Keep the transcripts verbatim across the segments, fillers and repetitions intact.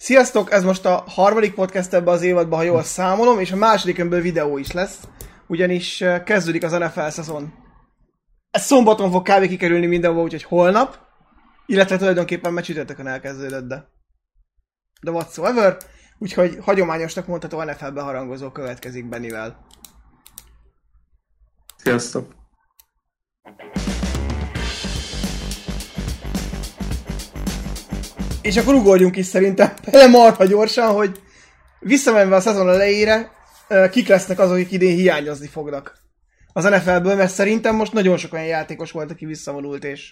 Sziasztok, ez most a harmadik podcast ebben az évadban, ha jól számolom, és a második önből videó is lesz, ugyanis kezdődik az en ef el szezon. Ez szombaton fog kb. Kikerülni mindenhol, úgyhogy holnap, illetve tulajdonképpen már csütörtökön elkezdődött, de, de whatsoever, úgyhogy hagyományosnak mondható en ef el beharangozó következik Bennivel. Sziasztok! És akkor ugorjunk is szerintem bele marha gyorsan, hogy visszamenve a szezon elejére, kik lesznek azok, akik idén hiányozni fognak az en ef elből, mert szerintem most nagyon sok olyan játékos volt, aki visszavonult, és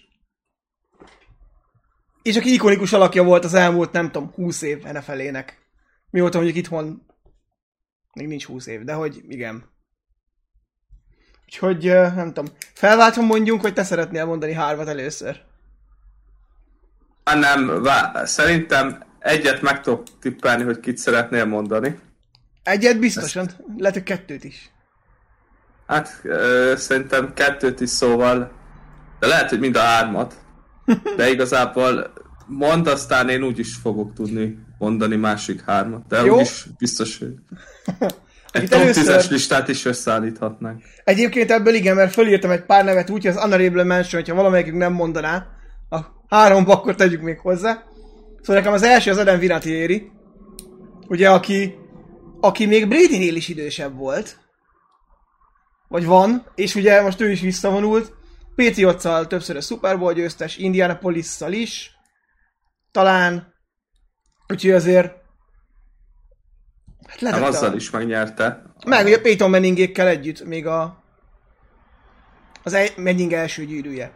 és aki ikonikus alakja volt az elmúlt, nem tudom, húsz év en ef elének. Mióta mondjuk itthon még nincs húsz év, de hogy igen. Úgyhogy nem tudom, felváltva mondjunk, hogy te szeretnél mondani hármat először. Hát nem, vá- szerintem egyet meg tudok tippelni, hogy kit szeretnél mondani. Egyet biztosan, Ezt... lehet, hogy kettőt is. Hát ö, szerintem kettőt is, szóval, de lehet, hogy mind a hármat. De igazából mondd, aztán én úgy is fogok tudni mondani másik hármat. De Jó. úgyis biztos, hogy egy top először... tízes listát is összeállíthatnánk. Egyébként ebből igen, mert fölírtam egy pár nevet úgy, hogy az Honorable Mention, hogyha valamelyikük nem mondaná, a háromba akkor tegyük még hozzá. Szóval nekem az első az Adam Vinatieri, ugye, aki, aki még Bradynél is idősebb volt, vagy van, és ugye most ő is visszavonult, Patriotsszal többször a Super Bowl győztes, Indianapolisszal is, talán, úgyhogy azért hát nem azzal a... is megnyerte. Meg ugye Peyton Manningékkel együtt, még a az el, Manning első gyűrűje.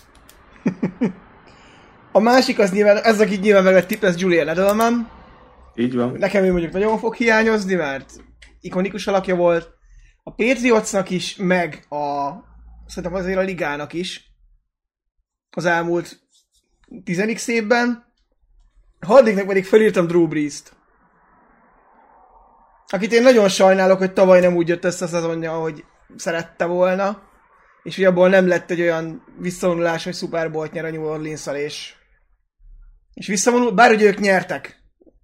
A másik az nyilván, ez aki nyilván meg lett tipp, ez Julian Edelman. Így van. Nekem ő mondjuk nagyon fog hiányozni, mert ikonikus alakja volt. A Patriotsnak is, meg a szerintem azért a ligának is az elmúlt tizenik évben. A harmadiknak pedig felírtam Drew Brees-t. Akit én nagyon sajnálok, hogy tavaly nem úgy jött össze a szezonja, ahogy szerette volna. És hogy abból nem lett egy olyan visszavonulás, hogy Super Bowl-t nyer a New Orleans-szal, és, és visszavonul, bár ugye ők nyertek.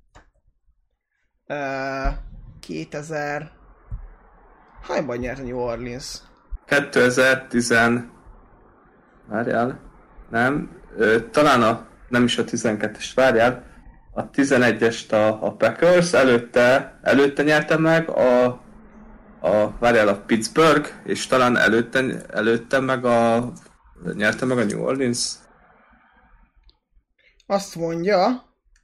Uh, kétezer... Hányban nyert a New Orleans? kétezer-tíz... Várjál. Nem. Ö, talán a... Nem is a tizenkettes, várjál. A tizenegyest a, a Packers, előtte, előtte nyerte meg a, a, várjál, a Pittsburgh, és talán előtte, előtte meg a, nyerte meg a New Orleans. Azt mondja,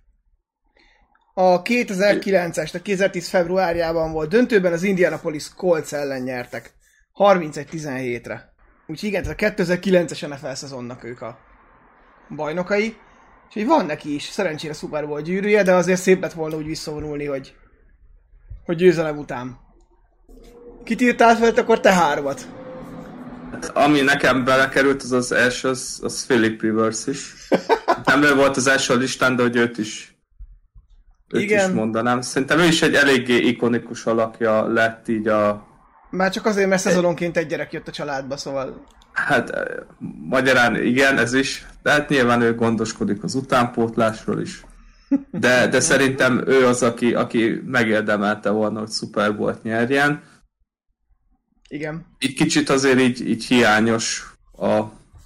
a kétezer-kilences, a kétezer-tíz februárjában volt döntőben, az Indianapolis Colts ellen nyertek. harmincegy tizenhétre. Úgyhogy igen, tehát a kétezer-kilences en ef el szezonnak ők a bajnokai. Úgyhogy van neki is szerencsére Super Bowl gyűrűje, de azért szép lett volna úgy visszavonulni, hogy, hogy győzelem után. Kit írtál fel, akkor te hármat? Hát, ami nekem belekerült, az az első, az, az Philip Rivers is. Nem ő volt az első a listán, de hogy őt is, őt igen. is mondanám. Szerintem ő is egy eléggé ikonikus alakja lett így a... Már csak azért, mert szezononként egy gyerek jött a családba, szóval... Hát magyarán igen, ez is, de hát nyilván ő gondoskodik az utánpótlásról is. De, de szerintem ő az, aki, aki megérdemelte volna, hogy Super Bowl-t nyerjen. Igen. Így kicsit azért így, így hiányos a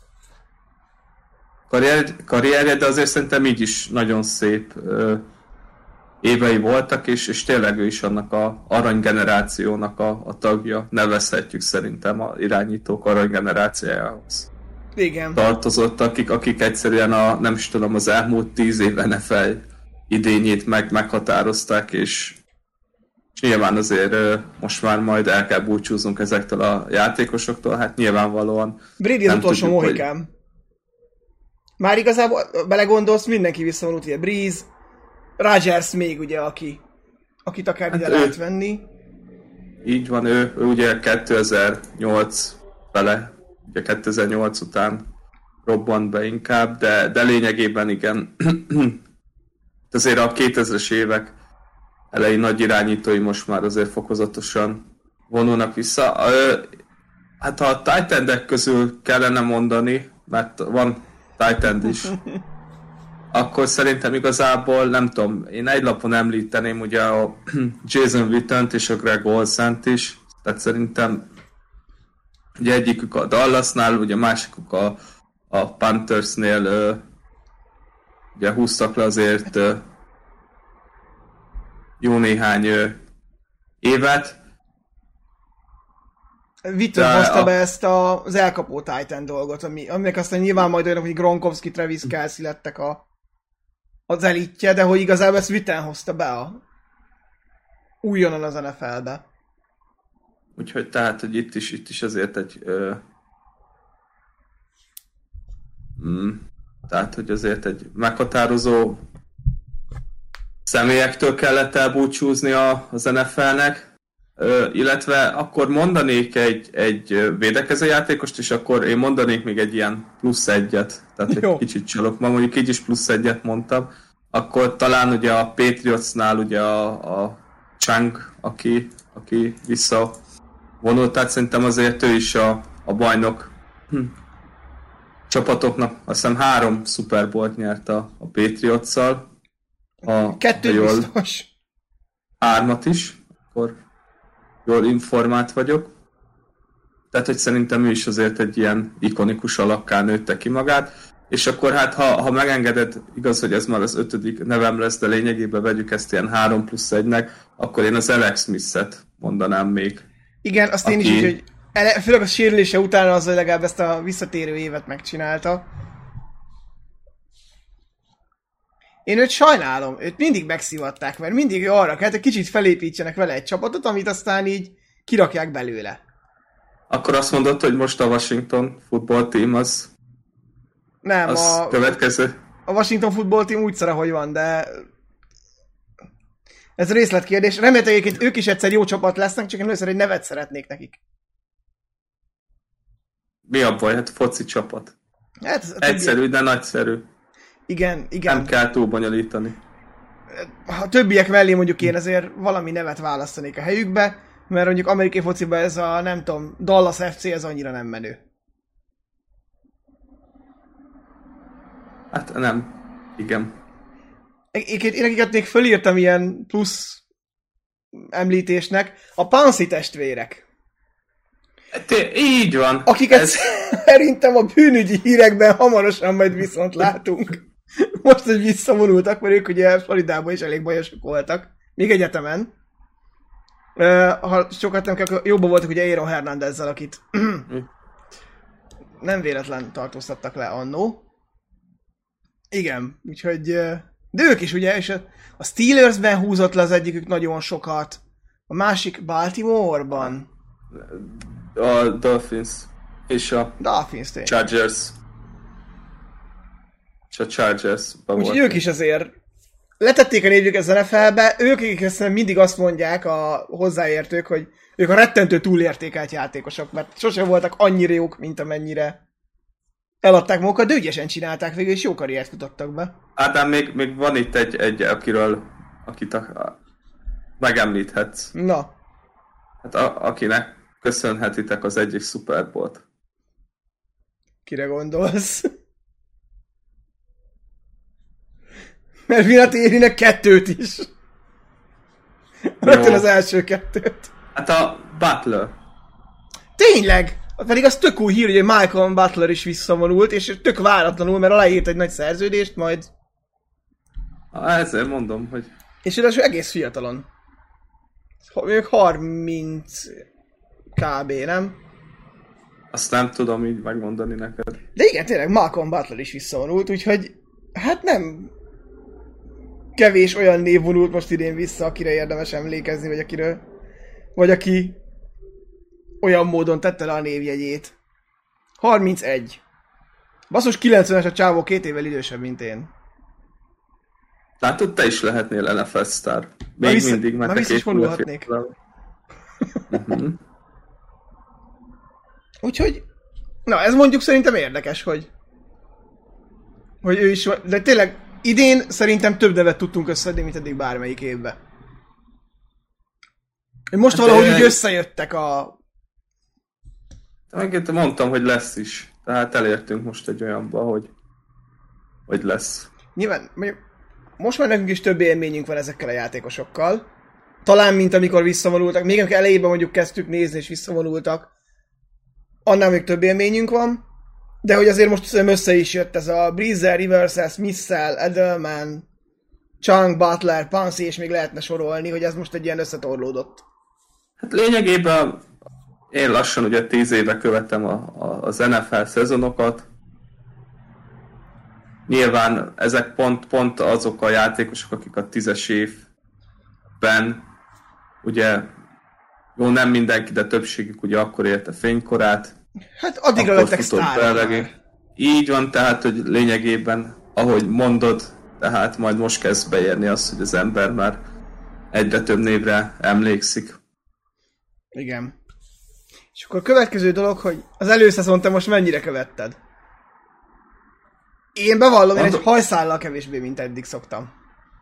karrier, karrierje, de azért szerintem így is nagyon szép ö, évei voltak, és, és tényleg ő is annak a aranygenerációnak a, a tagja. Nevezhetjük szerintem a irányítók aranygenerációjához. Igen. Tartozott, akik, akik egyszerűen a, nem is tudom, az elmúlt tíz év en ef el idényét meg, meghatározták, és, és nyilván azért most már majd el kell búcsúznunk ezektől a játékosoktól, hát nyilvánvalóan Brady az utolsó mohikám. Hogy... Már igazából belegondolsz, mindenki visszavonult, ugye Brees, Rodgers még ugye, aki, akit akár hát ide lehet venni. Így van, ő, ő ugye kétezer-nyolc fele, ugye kétezer-nyolc után robbant be inkább, de, de lényegében igen. Azért a kétezres évek elejé nagy irányítói most már azért fokozatosan vonulnak vissza. Hát ha a tight endek közül kellene mondani, mert van tight end is, akkor szerintem igazából, nem tudom, én egy lapon említeném ugye a Jason Witten-t és a Greg Olsent is, tehát szerintem ugye egyikük a Dallasnál, ugye másikuk a, a Panthersnél ö, ugye húztak le azért ö, jó néhány ö, évet. Witten hozta be ezt a, az elkapó Titan dolgot, ami, aminek aztán nyilván majd olyanok, hogy Gronkowski, Travis Kelce lettek a, az elitje, de hogy igazából ezt Witten hozta be a újonnan az en ef el-be. Úgyhogy tehát, hogy itt is, itt is azért egy ö, mm, tehát, hogy azért egy meghatározó személyektől kellett elbúcsúzni a, az en ef el-nek, Ö, illetve akkor mondanék egy, egy védekező játékost, és akkor én mondanék még egy ilyen plusz egyet, tehát egy Jó. kicsit csalok, ma mondjuk így is plusz egyet mondtam, akkor talán ugye a Patriotsnál ugye a, a Chang, aki, aki visszavonult, tehát szerintem azért ő is a, a bajnok hm. csapatoknak, azt hiszem három Super Bowl-t nyert a, a Patriots-szal. A, Kettő jól, biztos. Hármat is, akkor jól informált vagyok. Tehát, hogy szerintem ő is azért egy ilyen ikonikus alakká nőtte ki magát. És akkor hát, ha, ha megengeded, igaz, hogy ez már az ötödik nevem lesz, de lényegében vegyük ezt ilyen három plusz egynek, akkor én az Alex Smith-et mondanám még. Igen, azt én is Aki- így, hogy ele, főleg a sérülése után az, hogy legalább ezt a visszatérő évet megcsinálta. Én őt sajnálom, őt mindig megszivatták, mert mindig ő arra kellett, hogy kicsit felépítsenek vele egy csapatot, amit aztán így kirakják belőle. Akkor azt mondod, hogy most a Washington Football Team az, Nem, az a, következő. a Washington Football Team úgy szar, ahogy van, de ez részletkérdés. Remélhetőleg egyébként ők is egyszer jó csapat lesznek, csak én először egy nevet szeretnék nekik. Mi a baj? Hát foci csapat. Hát, a többiek- Egyszerű, de nagyszerű. Igen, igen. Nem kell túl bonyolítani. Ha a többiek mellé mondjuk én azért valami nevet választanék a helyükbe, mert mondjuk amerikai fociban ez a, nem tudom, Dallas ef cé, ez annyira nem menő. Hát nem. Igen. Én, én nekik még fölírtam ilyen plusz említésnek, a Pansy testvérek, Té, így van. akiket Ez, szerintem a bűnügyi hírekben hamarosan majd viszont látunk. Most, hogy visszavonultak, mert ők ugye Floridában is elég bajosok voltak. Még egyetemen. Uh, ha sokat nem kell, akkor jobban voltak ugye Aaron Hernandezzel, akit nem véletlen tartóztattak le annó. Igen, úgyhogy... uh, De ők is ugye, és a- a Steelersben húzott le az egyikük nagyon sokat. A másik Baltimore-ban. a Dolphins és a Dolphins tényleg. Chargers. És a Chargers. Úgyhogy ők is azért letették a névjük az en ef el-be, ők akik ezt mindig azt mondják a hozzáértők, hogy ők a rettentő túlértékelt játékosok, mert sosem voltak annyira jók, mint amennyire eladták magukat, de ügyesen csinálták végül, és jó karriert futottak be. Ádám, még, még van itt egy, egy akiről, akit a, a, megemlíthetsz. Na, Hát a, akinek köszönhetitek az egyik Super Bowl-t. kire gondolsz? Mert Vinatierinek kettőt is. Rögtön az első kettőt. Hát a Butler. Tényleg! Pedig az tök új hír, hogy Michael Butler is visszavonult, és tök váratlanul, mert aláírt egy nagy szerződést, majd... Ah, ezért mondom, hogy És ráadásul egész fiatalon. Ha- Ők harminc kb, nem? azt nem tudom így megmondani neked. De igen, tényleg Malcolm Butler is visszavonult, úgyhogy hát nem kevés olyan név vonult most idén vissza, akire érdemes emlékezni, vagy akiről, vagy aki olyan módon tette le a névjegyét. harmincegy. Basszus, kilencvenes a csávó, két évvel idősebb, mint én. Látod, te is lehetnél en ef el sztár. Már Még vissza- mindig, mert már te vissza is két vonulhatnék. fiatal. Mhm. Úgyhogy, na ez mondjuk szerintem érdekes, hogy hogy ő is, de tényleg idén szerintem több nevet tudtunk összedni, mint eddig bármelyik évben. Most Hát, valahogy eh, úgy összejöttek a... Megint mondtam, hogy lesz is. Tehát elértünk most egy olyanba, hogy, hogy lesz. nyilván most már nekünk is több élményünk van ezekkel a játékosokkal. Talán, mint amikor visszavonultak. Még amikor elejében mondjuk kezdtük nézni és visszavonultak, annál még több élményünk van. De hogy azért most össze is jött ez a Breezer, Rivers, Smith-szel, Edelman, Chang, Butler, Pansy, és még lehetne sorolni, hogy ez most egy ilyen összetorlódott. Hát lényegében én lassan ugye tíz éve követem a, a, az en ef el szezonokat. Nyilván ezek pont, pont azok a játékosok, akik a tízes évben, ugye, jó, nem mindenki, de többségük ugye akkor érte fénykorát. Hát addigra lettek sztárok. Így van, tehát, hogy lényegében, ahogy mondod, tehát majd most kezd beérni az, hogy az ember már egyre több névre emlékszik. Igen. És akkor a következő dolog, hogy az előszezon te most mennyire követted? Én bevallom, én egy hajszállal kevésbé, mint eddig szoktam.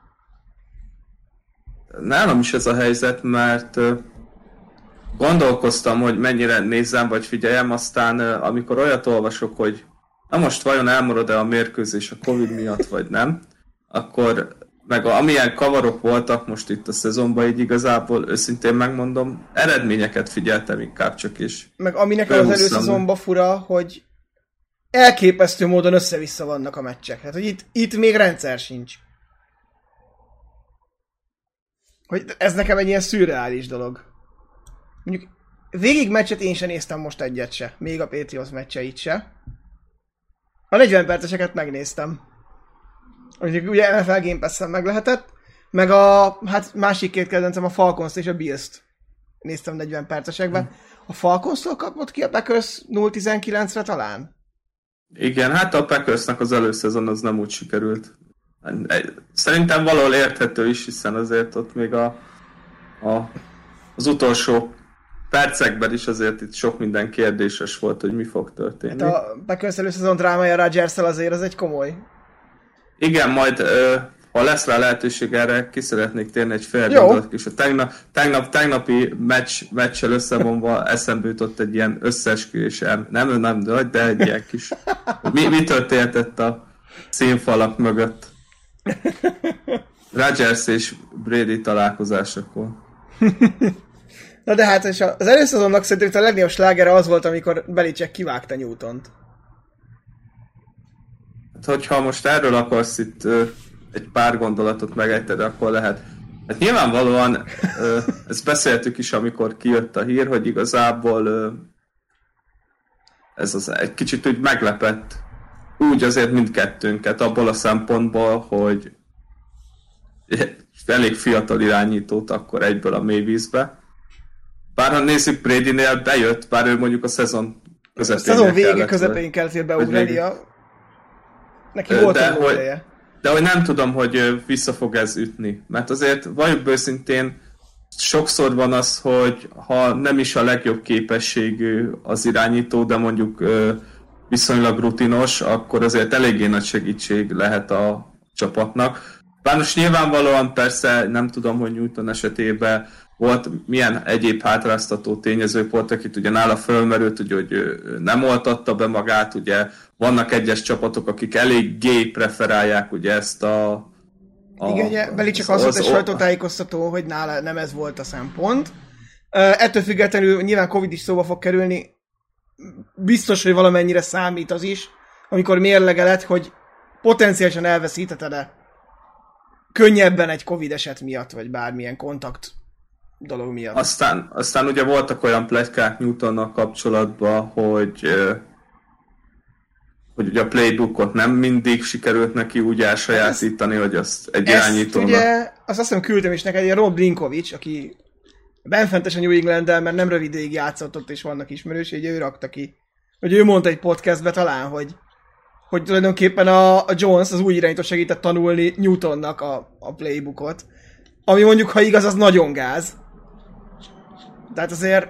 Nálam is ez a helyzet, mert gondolkoztam, hogy mennyire nézzem vagy figyeljem, aztán amikor olyat olvasok, hogy na most vajon elmarad-e a mérkőzés a Covid miatt, vagy nem, akkor meg a, amilyen kavarok voltak most itt a szezonban, így igazából őszintén megmondom, eredményeket figyeltem inkább csak is. Meg ami nekem az előszezonban fura, hogy elképesztő módon össze-vissza vannak a meccsek. Hát, hogy itt, itt még rendszer sincs. Hogy ez nekem egy ilyen szürreális dolog. Mondjuk végig meccset én sem néztem most egyet se. Még a Patriots meccseit se. A negyven perceseket megnéztem. Mondjuk ugye en ef el Game Pass-en meg lehetett. Meg a hát másik két kedvencem a Falcons-t és a Bills-t néztem negyven percesekben. A Falcons-tól kapott ki a Packers nulla tizenkilencre talán? Igen, hát a Packersnek az előszezon az nem úgy sikerült. Szerintem valahol érthető is, hiszen azért ott még a, a, az utolsó percekben is azért itt sok minden kérdéses volt, hogy mi fog történni. Hát a Packers előszezon drámája Rodgers-szel azért az egy komoly. Igen, majd ha lesz rá lehetőség erre, ki szeretnék térni egy fél gondolatot, és a tegnap, tegnap, tegnapi meccs, meccsel összevonva eszembe jutott egy ilyen összeesküvés, nem, nem, nem, de egy ilyen kis... Mi, mi történtett a színfalak mögött? Rodgers és Brady találkozásakor. Na de hát és az előszezonnak szerintem a legnagyobb slágere az volt, amikor Belichick kivágta Newtont. Hát, hogyha most erről akarsz itt ö, egy pár gondolatot megejteni, akkor lehet. Hát nyilvánvalóan ö, ezt beszéltük is, amikor kijött a hír, hogy igazából ö, ez az egy kicsit úgy meglepett úgy azért mindkettőnket abból a szempontból, hogy elég fiatal irányítót akkor egyből a mélyvízbe. Bár ha nézzük, Bradynél bejött, bár ő mondjuk a szezon közepén. A szezon vége közepén kellett beugrania. Neki volt de, egy ideje. De hogy nem tudom, hogy vissza fog ez ütni. Mert azért valljuk őszintén, sokszor van az, hogy ha nem is a legjobb képességű az irányító, de mondjuk viszonylag rutinos, akkor azért eléggé nagy segítség lehet a csapatnak. Bár most nyilvánvalóan persze nem tudom, hogy Newton esetében volt milyen egyéb hátráztató tényezők voltak, itt ugye nála fölmerült, ugye, hogy ő nem oltatta be magát, ugye vannak egyes csapatok, akik eléggé preferálják ugye ezt a... a Igen, ugye Belichick az volt egy sajtótájékoztató, hogy nála nem ez volt a szempont. Uh, ettől függetlenül nyilván Covid is szóba fog kerülni, biztos, hogy valamennyire számít az is, amikor mérlegelet, hogy potenciálisan elveszítheted-e könnyebben egy Covid eset miatt, vagy bármilyen kontakt dolog miatt. Aztán, aztán ugye voltak olyan pletykák Newtonnal kapcsolatban, hogy, hogy ugye a playbookot nem mindig sikerült neki úgy elsajátítani, hogy azt egy irányítónak... ugye, azt azt hiszem küldtem is neked, egy Rob Brinkovics, aki benfentes a New England-del, mert nem rövid ideig játszott ott, és vannak ismerőség, ő rakta ki. Hogy ő mondta egy podcastbe talán, hogy hogy tulajdonképpen a, a Jones, az új irányító segített tanulni Newtonnak a, a playbookot. Ami mondjuk, ha igaz, az nagyon gáz. Tehát azért...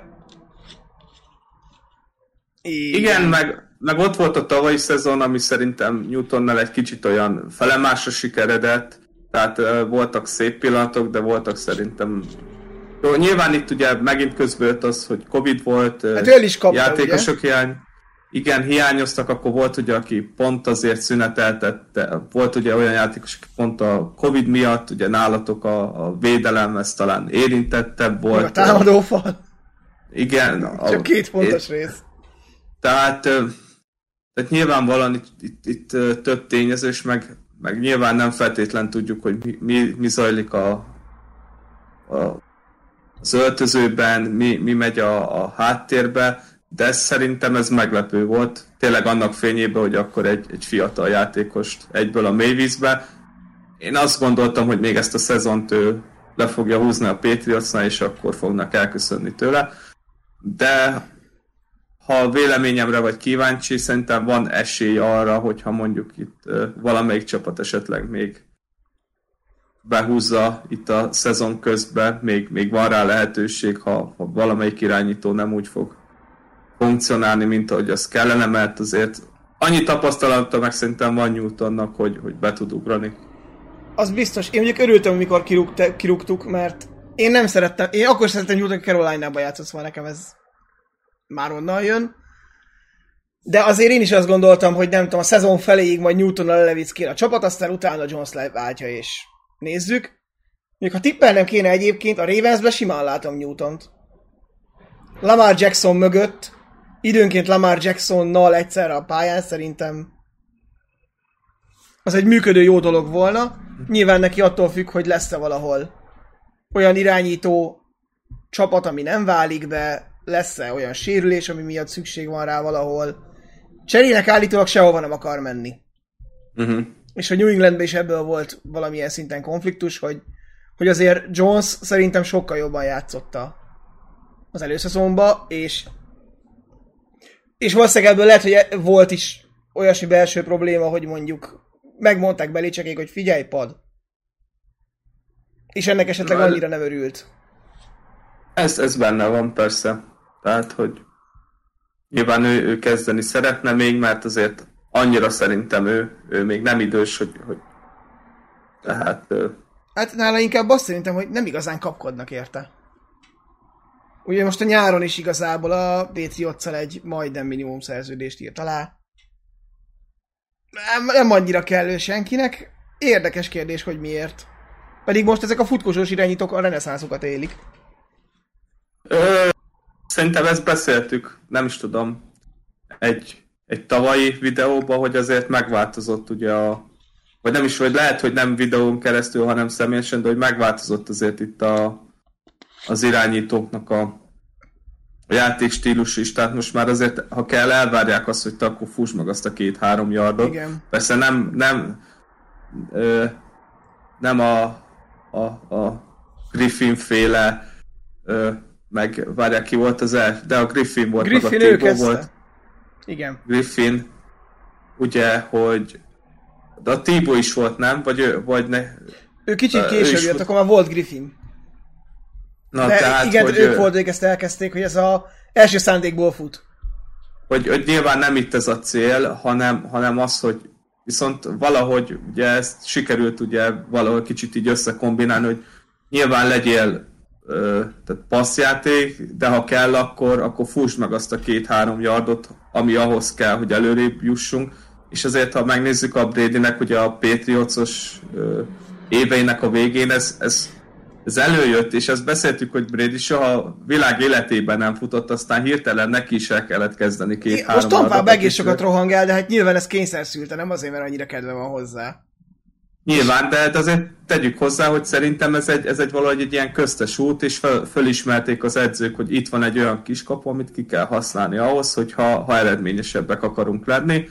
Igen, Igen meg, meg ott volt a tavalyi szezon, ami szerintem Newtonnal egy kicsit olyan felemásra sikeredett. Tehát uh, voltak szép pillanatok, de voltak szerintem... Jó, nyilván itt ugye megint közbölt az, hogy Covid volt, hát ő is kapta, játékosok hiány. igen, hiányoztak, akkor volt ugye, aki pont azért szüneteltette, volt ugye olyan játékos, aki pont a Covid miatt, ugye nálatok a, a védelem, ez talán érintettebb volt. A támadófal. Igen. No, csak a, két fontos é, rész. Tehát, tehát nyilvánvalóan itt, itt, itt több tényezős, meg, meg nyilván nem feltétlen tudjuk, hogy mi, mi, mi zajlik a, a, az öltözőben, mi, mi megy a, a háttérbe, de szerintem ez meglepő volt. Tényleg annak fényében, hogy akkor egy, egy fiatal játékost egyből a mélyvízbe. Én azt gondoltam, hogy még ezt a szezont ő le fogja húzni a Patriotsnál, és akkor fognak elköszönni tőle. De ha a véleményemre vagy kíváncsi, szerintem van esély arra, hogyha mondjuk itt valamelyik csapat esetleg még behúzza itt a szezon közben, még, még van rá lehetőség, ha, ha valamelyik irányító nem úgy fog funkcionálni, mint ahogy az kellene, mert azért annyi tapasztalata meg szerintem van Newtonnak, hogy, hogy be tud ugrani. Az biztos. Én mondjuk örültem, amikor kirúgte, kirúgtuk, mert én nem szerettem, én akkor szerettem Newton, Caroline-ba játszott, szóval nekem ez már onnan jön. De azért én is azt gondoltam, hogy nem tudom, a szezon feléig majd Newtonnal levisz ki a csapat, aztán utána Jones váltja, és nézzük. Mondjuk, ha tippelnem kéne egyébként, a Ravensbe simán látom Newtont. Lamar Jackson mögött, időnként Lamar Jacksonnal egyszerre a pályán, szerintem az egy működő jó dolog volna. Nyilván neki attól függ, hogy lesz-e valahol olyan irányító csapat, ami nem válik be, lesz-e olyan sérülés, ami miatt szükség van rá valahol. Cserének állítólag sehova nem akar menni. Uh-huh. És a New Englandben is ebből volt valamilyen szinten konfliktus, hogy, hogy azért Jones szerintem sokkal jobban játszotta az előszezonba, és és valószínűleg ebből lehet, hogy volt is olyasmi belső probléma, hogy mondjuk megmondták Belichickék, hogy figyelj, pad. És ennek esetleg annyira nem örült. Ez, ez benne van, persze. Tehát, hogy nyilván ő, ő kezdeni szeretne még, mert azért annyira szerintem ő, ő még nem idős, hogy, hogy tehát... Ő... Hát nála inkább azt szerintem, hogy nem igazán kapkodnak érte. Ugye most a nyáron is igazából a Patriots-szal egy majdnem minimum szerződést írt alá. Nem, nem annyira kellő senkinek. Érdekes kérdés, hogy miért. Pedig most ezek a futkosós irányítók a reneszánszokat élik. Ö, szerintem ezt beszéltük, nem is tudom, egy, egy tavalyi videóban, hogy azért megváltozott ugye a... Vagy nem is, vagy lehet, hogy nem videón keresztül, hanem személyesen, de hogy megváltozott azért itt a... az irányítóknak a, a játékstílus is, tehát most már azért, ha kell, elvárják azt, hogy te akkor fuss meg azt a két-három yardot. Igen. Persze nem, nem, ö, nem a, a, a Griffin féle, ö, meg várják ki volt az el, de a Griffin volt, Griffin meg a Thibaut volt. Igen. Griffin, ugye, hogy de a Thibaut is volt, nem? Vagy, ő, vagy ne... Ő kicsit később jött, akkor már volt Griffin. Na, de tehát, igen, hogy ők ő... voltak, ezt elkezdték, hogy ez az első szándékból fut. Hogy, hogy nyilván nem itt ez a cél, hanem, hanem az, hogy viszont valahogy ugye ezt sikerült ugye valahogy kicsit így összekombinálni, hogy nyilván legyél ö, tehát passzjáték, de ha kell, akkor, akkor fuss meg azt a két-három yardot, ami ahhoz kell, hogy előrébb jussunk. És azért, ha megnézzük a Bradynek ugye a Patriotsos ö, éveinek a végén, ez, ez Ez előjött, és ezt beszéltük, hogy Brady soha világ életében nem futott, aztán hirtelen neki is el kellett kezdeni két-három. Most Tom Fáb egész sokat rohangál, de hát nyilván ez kényszer szülte, nem azért, mert annyira kedve van hozzá. Nyilván, de azért tegyük hozzá, hogy szerintem ez egy, ez egy valahogy egy ilyen köztes út, és fel, fölismerték az edzők, hogy itt van egy olyan kiskapu, amit ki kell használni ahhoz, hogy ha, ha eredményesebbek akarunk lenni.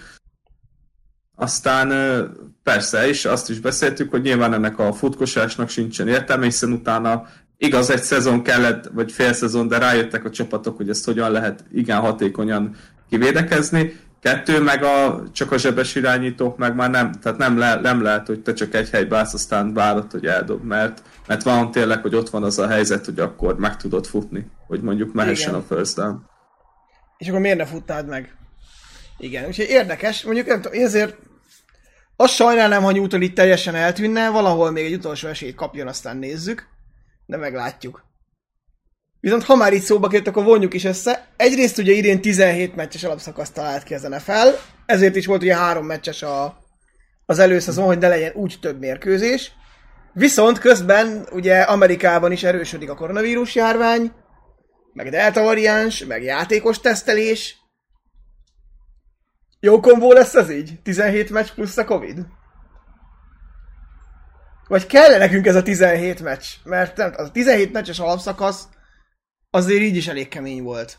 Aztán persze is, azt is beszéltük, hogy nyilván ennek a futkosásnak sincsen értelme, hiszen utána igaz egy szezon kellett, vagy fél szezon, de rájöttek a csapatok, hogy ezt hogyan lehet igen hatékonyan kivédekezni. Kettő, meg a, csak a zsebes irányítók, meg már nem, tehát nem, le, nem lehet, hogy te csak egy helybe állsz, aztán várod, hogy eldob, mert, mert van tényleg, hogy ott van az a helyzet, hogy akkor meg tudod futni, hogy mondjuk mehessen igen. a first down. És akkor miért ne futnád meg? Igen, úgyhogy érdekes, mondjuk nem tudom, ezért azt sajnálom, ha Newton itt teljesen eltűnne, valahol még egy utolsó esélyt kapjon, aztán nézzük, de meglátjuk. Viszont ha már így szóba került, akkor vonjuk is össze. Egyrészt ugye idén tizenhét meccses alapszakaszt talált ki az en ef el, ezért is volt ugye három meccses a, az előszezon, hogy ne legyen úgy több mérkőzés. Viszont közben ugye Amerikában is erősödik a koronavírus járvány, meg delta variáns, meg játékos tesztelés. Jó kombó lesz ez így? tizenhét meccs plusz a Covid? Vagy kell nekünk ez a tizenhét meccs? Mert nem, az a tizenhét meccses alapszakasz azért így is elég kemény volt.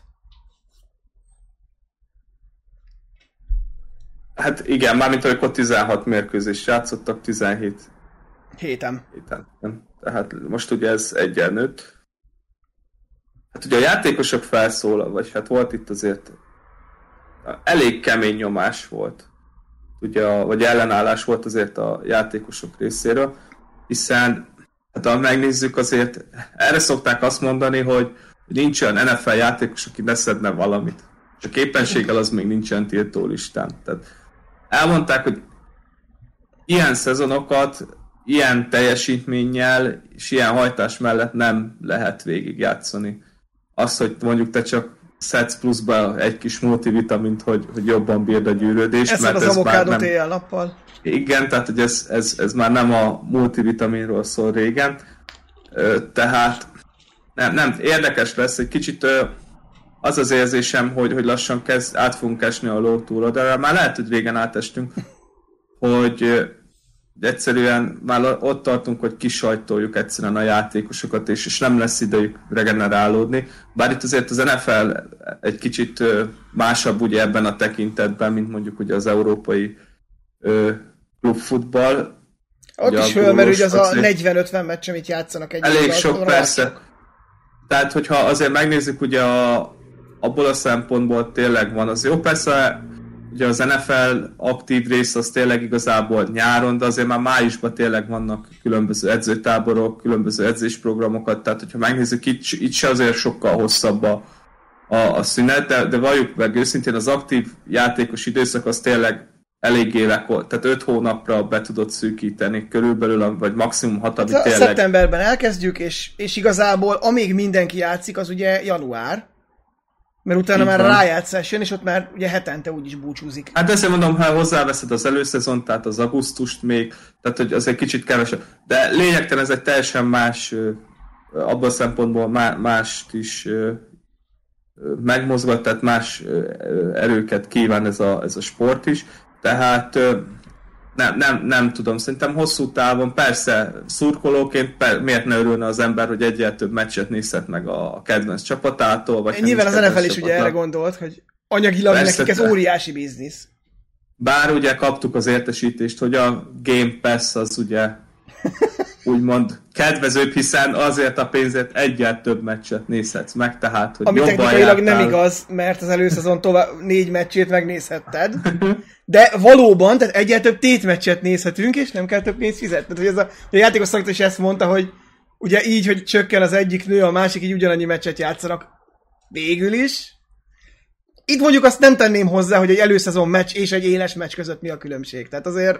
Hát igen, mármint amikor tizenhat mérkőzést játszottak, tizenhét Héten. héten. Tehát most ugye ez egyenlőtt. Hát ugye a játékosok felszólal, vagy hát volt itt azért elég kemény nyomás volt. Ugye, a, vagy ellenállás volt azért a játékosok részéről, hiszen hát ha megnézzük azért, erre szokták azt mondani, hogy nincs olyan en ef el játékos, aki ne szedne valamit. Csak éppenséggel az még nincsen tiltó listán. Tehát elmondták, hogy ilyen szezonokat, ilyen teljesítménnyel és ilyen hajtás mellett nem lehet végigjátszani. Az, hogy mondjuk te csak szedsz pluszba egy kis multivitamint, hogy, hogy jobban bírd a gyűrődést. Eszed az avokádót éjjel-nappal. Igen, tehát hogy ez, ez, ez már nem a multivitaminról szól régen. Tehát nem, nem, érdekes lesz, egy kicsit az az érzésem, hogy, hogy lassan kezd, át fogunk esni a ló túloldalra. Már lehet, hogy régen átestünk, hogy egyszerűen már ott tartunk, hogy kisajtoljuk egyszerűen a játékosokat, és, és nem lesz idejük regenerálódni. Bár itt azért az en ef el egy kicsit másabb ugye ebben a tekintetben, mint mondjuk ugye az európai ö, klubfutball. Ott ugye is fölmerül, hogy az a negyven-ötven meccs, amit játszanak egy elég sok, persze. Tehát, hogyha azért megnézzük, ugye a, abból a szempontból tényleg van az jó. Persze ugye az en ef el aktív rész az tényleg igazából nyáron, de azért már májusban tényleg vannak különböző edzőtáborok, különböző edzésprogramokat, tehát hogyha megnézzük, itt, itt se azért sokkal hosszabb a, a, a szünet, de, de valljuk meg őszintén, az aktív játékos időszak az tényleg eléggé lekol, tehát öt hónapra be tudod szűkíteni körülbelül, vagy maximum hat, ami tényleg... Szeptemberben elkezdjük, és, és igazából amíg mindenki játszik, az ugye január, mert utána így már rájátszás jön, és ott már ugye hetente úgyis búcsúzik. Hát ezért mondom, ha hozzáveszed az előszezon, tehát az augusztust még, tehát hogy az egy kicsit kevesebb. De lényegtelen ez egy teljesen más, abban a szempontból mást is megmozgat, tehát más erőket kíván ez a, ez a sport is. Tehát nem, nem, nem tudom, szerintem hosszú távon, persze szurkolóként per, miért ne örülne az ember, hogy egyel több meccset nézhet meg a kedvenc csapatától, vagy nyilván az en ef el is ugye erre gondolt, hogy anyagilag persze, nekik ez óriási biznisz. Bár ugye kaptuk az értesítést, hogy a Game Pass az ugye úgymond kedvezőbb, hiszen azért a pénzért egyel több meccset nézhetsz meg, tehát hogy ami jobban technikailag jártál. Nem igaz, mert az előszezon tovább négy meccsét megnézhetted. De valóban, tehát egyel több tétmeccset nézhetünk, és nem kell több pénzt fizetni. Tehát, hogy ez a, a játékos szakta is ezt mondta, hogy ugye így, hogy csökken az egyik nő, a másik így ugyanannyi meccset játszanak végül is. Itt mondjuk azt nem tenném hozzá, hogy egy előszezon meccs és egy éles meccs között mi a különbség. Tehát azért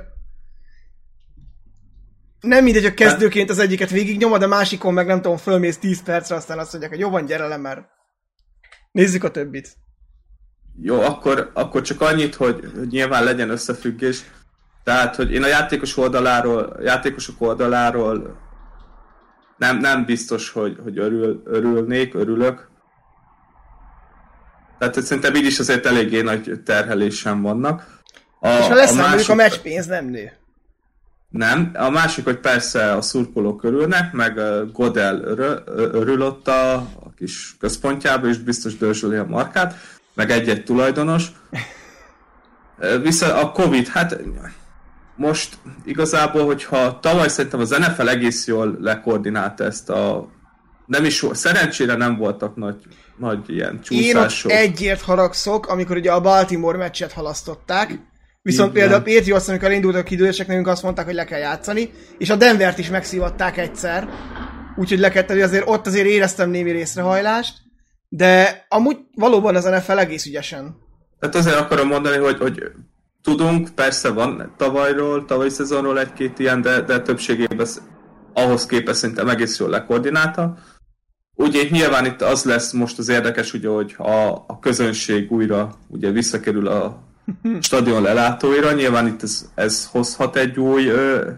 nem mindegy, hogy kezdőként az egyiket végignyomod, a másikon meg nem tudom, fölmész tíz percre, aztán azt mondják, hogy jó van, gyere le, mert nézzük a többit. Jó, akkor, akkor csak annyit, hogy, hogy nyilván legyen összefüggés. Tehát, hogy én a játékos oldaláról, játékosok oldaláról nem, nem biztos, hogy, hogy örül, örülnék, örülök. Tehát, hogy szerintem így is azért eléggé nagy terhelésem vannak. A, és ha lesz a másik... a meccspénz nem nő. Nem. A másik, hogy persze a szurkolók örülnek, meg Godel örül, örül ott a, a kis központjába, és biztos dörzsöli a markát, meg egy-egy tulajdonos. Viszont a Covid, hát most igazából, hogyha tavaly szerintem az en ef el egész jól lekoordinálta ezt a... Nem is, szerencsére nem voltak nagy, nagy ilyen csúszások. Én ott egyért haragszok, amikor ugye a Baltimore meccset halasztották, viszont igen. Például a Patriots, amikor elindultak a kidőlések, nekünk azt mondták, hogy le kell játszani, és a Denvert is megszívatták egyszer, úgyhogy le kellett, hogy azért ott azért éreztem némi részrehajlást, de amúgy valóban az en ef el egész ügyesen. Hát azért akarom mondani, hogy, hogy tudunk, persze van tavalyról, tavalyi szezonról egy-két ilyen, de, de többségében ahhoz képest szerintem egész jól lekoordinálta. ugye itt nyilván itt az lesz most az érdekes, ugye, hogy a, a közönség újra ugye visszakerül a stadion lelátóira, nyilván itt ez, ez hozhat egy új ö,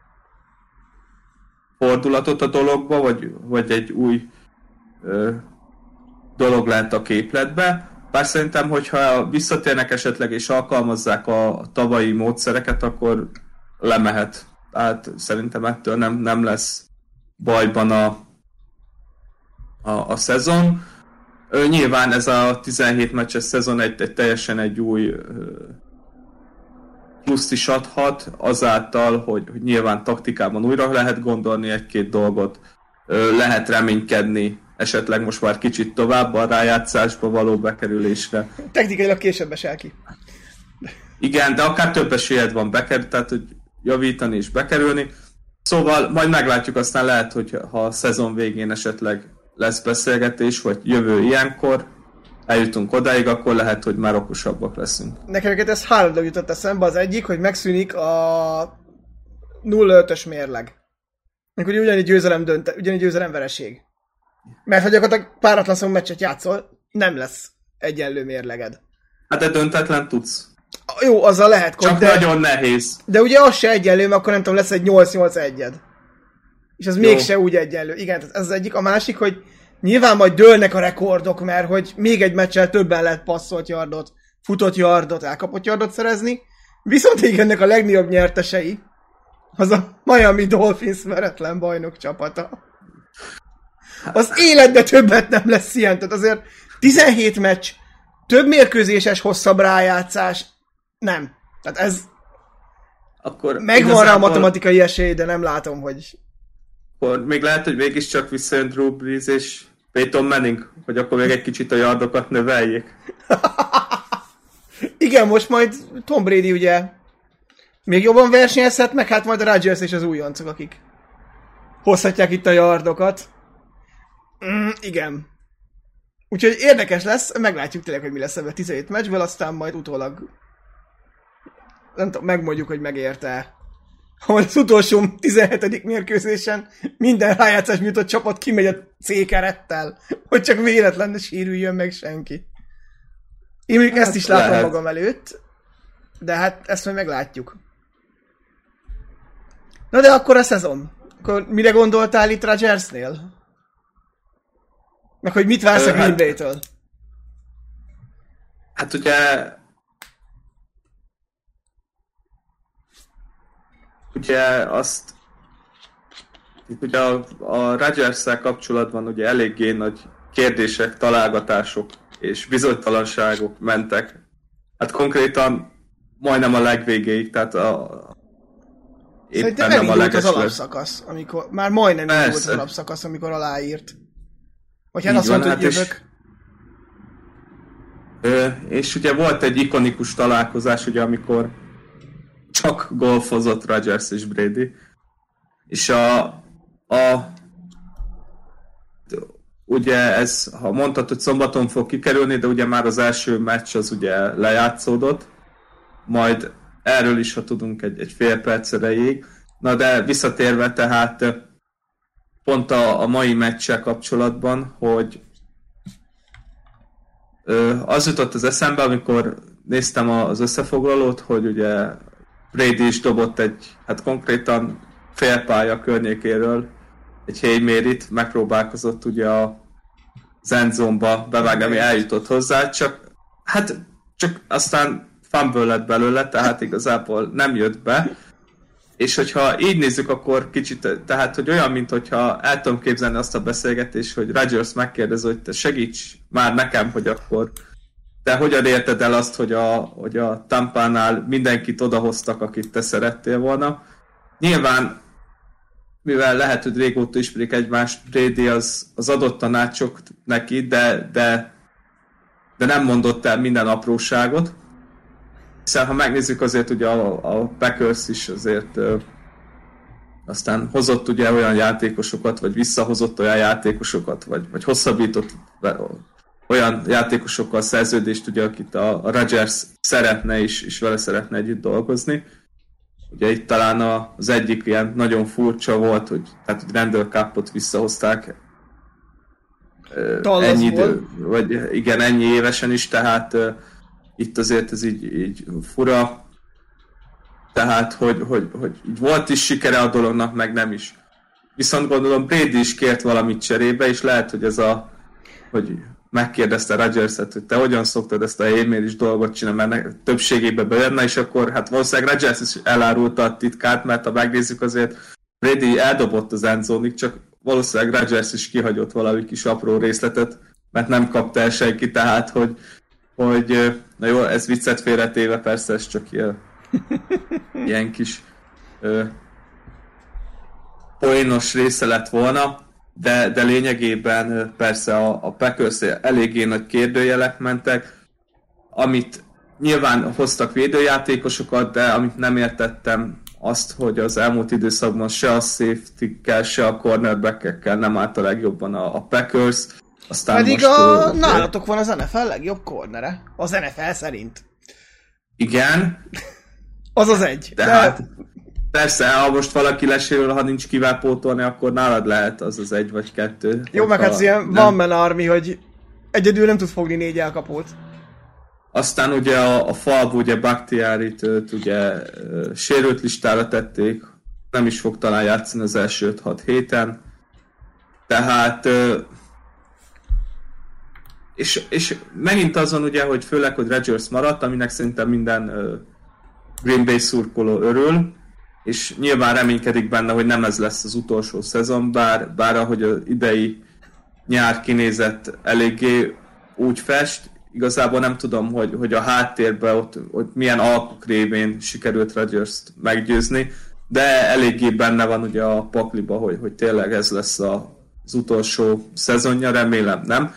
fordulatot a dologba, vagy, vagy egy új ö, dolog lent a képletbe. Bár szerintem, hogyha visszatérnek esetleg és alkalmazzák a tavalyi módszereket, akkor lemehet. Tehát szerintem ettől nem, nem lesz bajban a, a, a szezon. Ö, nyilván ez a tizenhét meccses szezon egy, egy teljesen egy új ö, pluszt is adhat, azáltal, hogy, hogy nyilván taktikában újra lehet gondolni egy-két dolgot, ö, lehet reménykedni esetleg most már kicsit tovább a rájátszásba való bekerülésre. Technikailag később esel ki. Igen, de akár több esélyed van bekerülni, tehát hogy javítani és bekerülni. Szóval majd meglátjuk, aztán lehet, hogy ha a szezon végén esetleg lesz beszélgetés, vagy jövő ilyenkor eljutunk odáig, akkor lehet, hogy már okosabbak leszünk. Nekem ez három dolog jutott eszembe. Az egyik, hogy megszűnik a nulla ötös mérleg. Amikor ugyanígy győzelem dönt, ugyanígy győzelem vereség. Mert ha gyakorlatilag páratlan meccset játszol, nem lesz egyenlő mérleged. Hát de döntetlen tudsz. Jó, azzal lehet. Csak de, nagyon nehéz. De ugye az se egyenlő, mert akkor nem tudom, lesz egy nyolc nyolc egyed. És az Jó. mégse úgy egyenlő. Igen, ez az egyik. A másik, hogy nyilván majd dőlnek a rekordok, mert hogy még egy meccsel többen lehet passzolt yardot, futott yardot, elkapott yardot szerezni. Viszont így ennek a legnagyobb nyertesei az a Miami Dolphins veretlen bajnok csapata. Az életben többet nem lesz ilyen. Tehát azért tizenhét meccs, több mérkőzéses, hosszabb rájátszás, nem. Tehát ez akkor megvan igazából... rá a matematikai esély, de nem látom, hogy... Akkor még lehet, hogy mégiscsak visszajön Drew Brees és Peyton Manning, hogy akkor még egy kicsit a yardokat növeljék. Igen, most majd Tom Brady ugye még jobban versenyezhet, meg hát majd a Rodgers és az újoncok, akik hozhatják itt a yardokat. Mm, igen. Úgyhogy érdekes lesz, meglátjuk tényleg, hogy mi lesz ebben a tizenhét meccsből, aztán majd utólag nem tudom, megmondjuk, hogy megérte. Ha az utolsó tizenhetedik mérkőzésen minden rájátszás jutott csapat kimegy a C-kerettel, hogy csak véletlenül sérüljön meg senki. Én mondjuk hát ezt is látom lehet. Magam előtt, de hát ezt majd meglátjuk. Na de akkor a szezon. Akkor mire gondoltál itt Rodgersnél? Meg hogy mit vársz a Green Bay-től? Hát ugye... Ugye azt... Ugye a, a Rodgers-szel kapcsolatban ugye eléggé nagy kérdések, találgatások és bizonytalanságok mentek. Hát konkrétan majdnem a legvégéig, tehát a... Szerintem nem volt az alapszakasz, amikor... Már majdnem nem volt az alapszakasz, amikor aláírt. Vagy hát azt mondta, hogy jövök. Ö, és ugye volt egy ikonikus találkozás, ugye, amikor csak golfozott Rodgers és Brady. És a, a ugye ez, ha mondtad, hogy szombaton fog kikerülni, de ugye már az első meccs az ugye lejátszódott. Majd erről is, ha tudunk egy, egy fél perc erejéig. Na de visszatérve tehát pont a, a mai meccsel kapcsolatban, hogy ö, az jutott az eszembe, amikor néztem az összefoglalót, hogy ugye Brady is dobott egy, hát konkrétan félpálya környékéről egy Hail Mary-t, megpróbálkozott ugye a endzone-ba bevágni, ami eljutott hozzá, csak hát csak aztán fumble lett belőle, tehát igazából nem jött be. És hogyha így nézzük, akkor kicsit, tehát, hogy olyan, mint hogyha el tudom képzelni azt a beszélgetést, hogy Rodgers megkérdez, hogy te segíts már nekem, hogy akkor te hogyan érted el azt, hogy a, hogy a Tampánál mindenkit odahoztak, akit te szerettél volna. Nyilván, mivel lehet, hogy régóta ismerik egymást, Brady az, az adott tanácsok neki, de, de, de nem mondott el minden apróságot. Hiszen ha megnézzük, azért ugye a, a Packers is azért ö, aztán hozott ugye olyan játékosokat, vagy visszahozott olyan játékosokat, vagy, vagy hosszabbított olyan játékosokkal szerződést, ugye, akit a, a Rodgers szeretne és, és vele szeretne együtt dolgozni. Ugye itt talán a, az egyik ilyen nagyon furcsa volt, hogy, tehát, hogy Randall Cobbot visszahozták ennyi idő, vagy igen, ennyi évesen is, tehát uh, itt azért ez így, így fura. Tehát, hogy, hogy, hogy így volt is sikere a dolognak, meg nem is. Viszont gondolom Brady is kért valamit cserébe, és lehet, hogy ez a, hogy megkérdezte Rodgerset, hogy te hogyan szoktad ezt a hétmérés dolgot csinálni, mert többségében bejönne, és akkor hát valószínűleg Rodgers is elárulta a titkát, mert ha megnézzük azért Brady eldobott az endzónig, csak valószínűleg Rodgers is kihagyott valami kis apró részletet, mert nem kapta el senki, tehát hogy, hogy na jó, ez viccet félretéve, persze ez csak ilyen, ilyen kis ö, poénos része lett volna, de, de lényegében persze a, a Packers eléggé nagy kérdőjelek mentek, amit nyilván hoztak védőjátékosokat, de amit nem értettem azt, hogy az elmúlt időszakban se a safety-kkel, se a cornerback-ekkel nem állt a legjobban a, a Packers. Aztán pedig most, a, uh, nálatok van az en ef el legjobb cornere. Az en ef el szerint. Igen. Az az egy. De, de... hát persze, ha most valaki lesérül, ha nincs kivel pótolni, akkor nálad lehet az az egy vagy kettő. Jó, meg hát ilyen van man army, hogy egyedül nem tud fogni négy elkapót. Aztán ugye a, a falba ugye Bakhtiárit ugye uh, sérült listára tették, nem is fog talán játszani az első öt-hat héten. Tehát uh, és, és megint azon ugye, hogy főleg, hogy Rodgers maradt, aminek szerintem minden uh, Green Bay szurkoló örül, és nyilván reménykedik benne, hogy nem ez lesz az utolsó szezon, bár, bár ahogy az idei nyár kinézett eléggé úgy fest, igazából nem tudom, hogy, hogy a háttérben ott, ott milyen alkuk révén sikerült Rodgers-t meggyőzni, de eléggé benne van ugye a pakliba, hogy, hogy tényleg ez lesz a, az utolsó szezonja, remélem nem.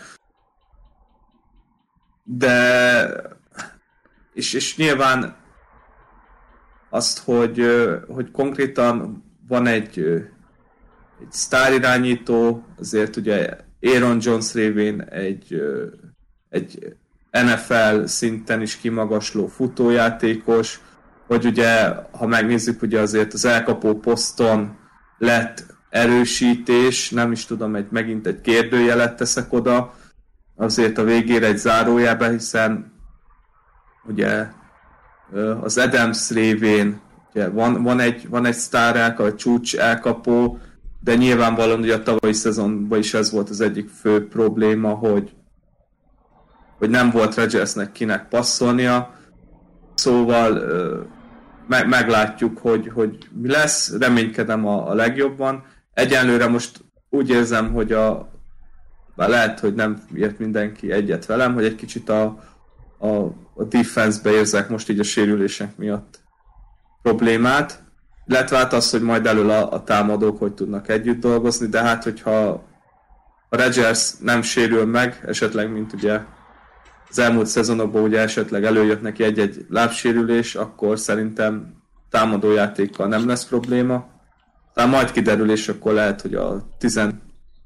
De és, és nyilván azt, hogy, hogy konkrétan van egy, egy sztárirányító, azért ugye Aaron Jones révén egy, egy en ef el szinten is kimagasló futójátékos, hogy ugye, ha megnézzük, ugye azért az elkapó poszton lett erősítés, nem is tudom, egy, megint egy kérdőjelet teszek oda, azért a végére egy zárójelbe, hiszen ugye az Adams révén ugye van, van egy, van egy sztár elkapó, egy csúcs elkapó, de nyilvánvalóan ugye a tavalyi szezonban is ez volt az egyik fő probléma, hogy, hogy nem volt Rodgersnek kinek passzolnia, szóval me- meglátjuk, hogy, hogy mi lesz, reménykedem a, a legjobban. Egyenlőre most úgy érzem, hogy a bár lehet, hogy nem ért mindenki egyet velem, hogy egy kicsit a, a, a defense-be érzek most így a sérülések miatt problémát, illetve hát az, hogy majd elől a, a támadók hogy tudnak együtt dolgozni, de hát hogyha a Rodgers nem sérül meg, esetleg mint ugye az elmúlt szezonokban ugye esetleg előjött neki egy-egy lábsérülés, akkor szerintem támadójátékkal nem lesz probléma. Tehát majd kiderül, és akkor lehet, hogy a tizenhetedik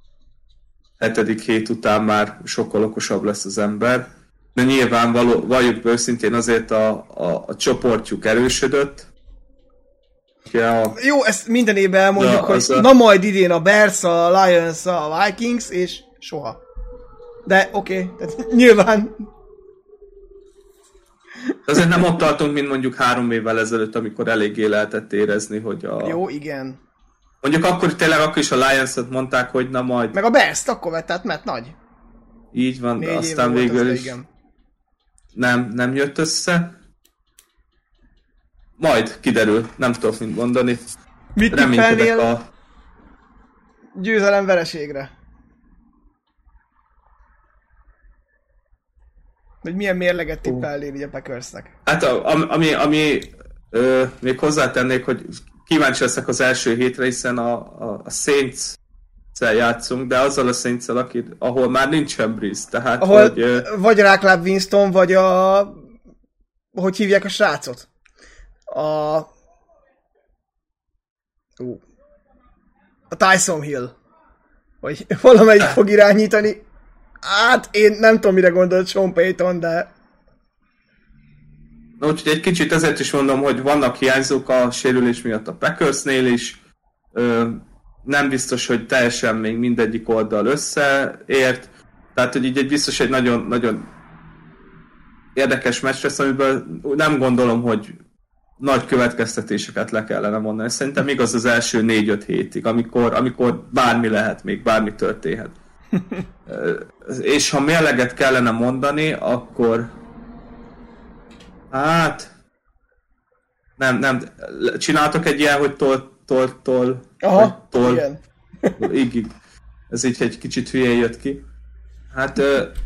hét után már sokkal okosabb lesz az ember. De nyilván való, valljuk be őszintén azért a, a, a csoportjuk erősödött. A... Jó, ezt minden évben elmondjuk, hogy a... na majd idén a Bears, a Lions, a Vikings, és soha. De oké, okay, tehát nyilván... Azért nem ott tartunk, mint mondjuk három évvel ezelőtt, amikor eléggé lehetett érezni, hogy a... Jó, igen. Mondjuk akkor tényleg akkor is a Lions-ot mondták, hogy na majd... Meg a Bears-t akkor vett, tehát mert nagy. Így van, Négy aztán végül is igen. nem, nem jött össze. Majd kiderül, nem tudok mit mondani. Mit tippelnél a... győzelem vereségre? Hogy milyen mérleget tippelnél így a Packersnek? Hát a, ami, ami ö, még hozzátennék, hogy kíváncsi leszek az első hétre, hiszen a, a, a Saints-szel játszunk, de azzal a Saints-szel, aki, ahol már nincsen Breeze, tehát ahol hogy... Ö... vagy Rákláb Winston, vagy a... hogy hívják a srácot? A... Uh. A Tyson Hill. Hogy valamelyik fog irányítani. Hát én nem tudom, mire gondolt Sean Payton, de... Na, úgyhogy egy kicsit ezért is mondom, hogy vannak hiányzók a sérülés miatt a Packersnél is. Ö, nem biztos, hogy teljesen még mindegyik oldal összeért. Tehát, hogy így egy biztos egy nagyon, nagyon érdekes meccs lesz, amiből nem gondolom, hogy nagy következtetéseket le kellene mondani. Szerintem igaz az első négy-öt hétig, amikor, amikor bármi lehet, még bármi történhet. És ha mérleget kellene mondani, akkor hát nem, nem, csináltok egy ilyen, hogy tol, tol, tol, Aha, tol, igen. így, ez így egy kicsit hülyén jött ki. Hát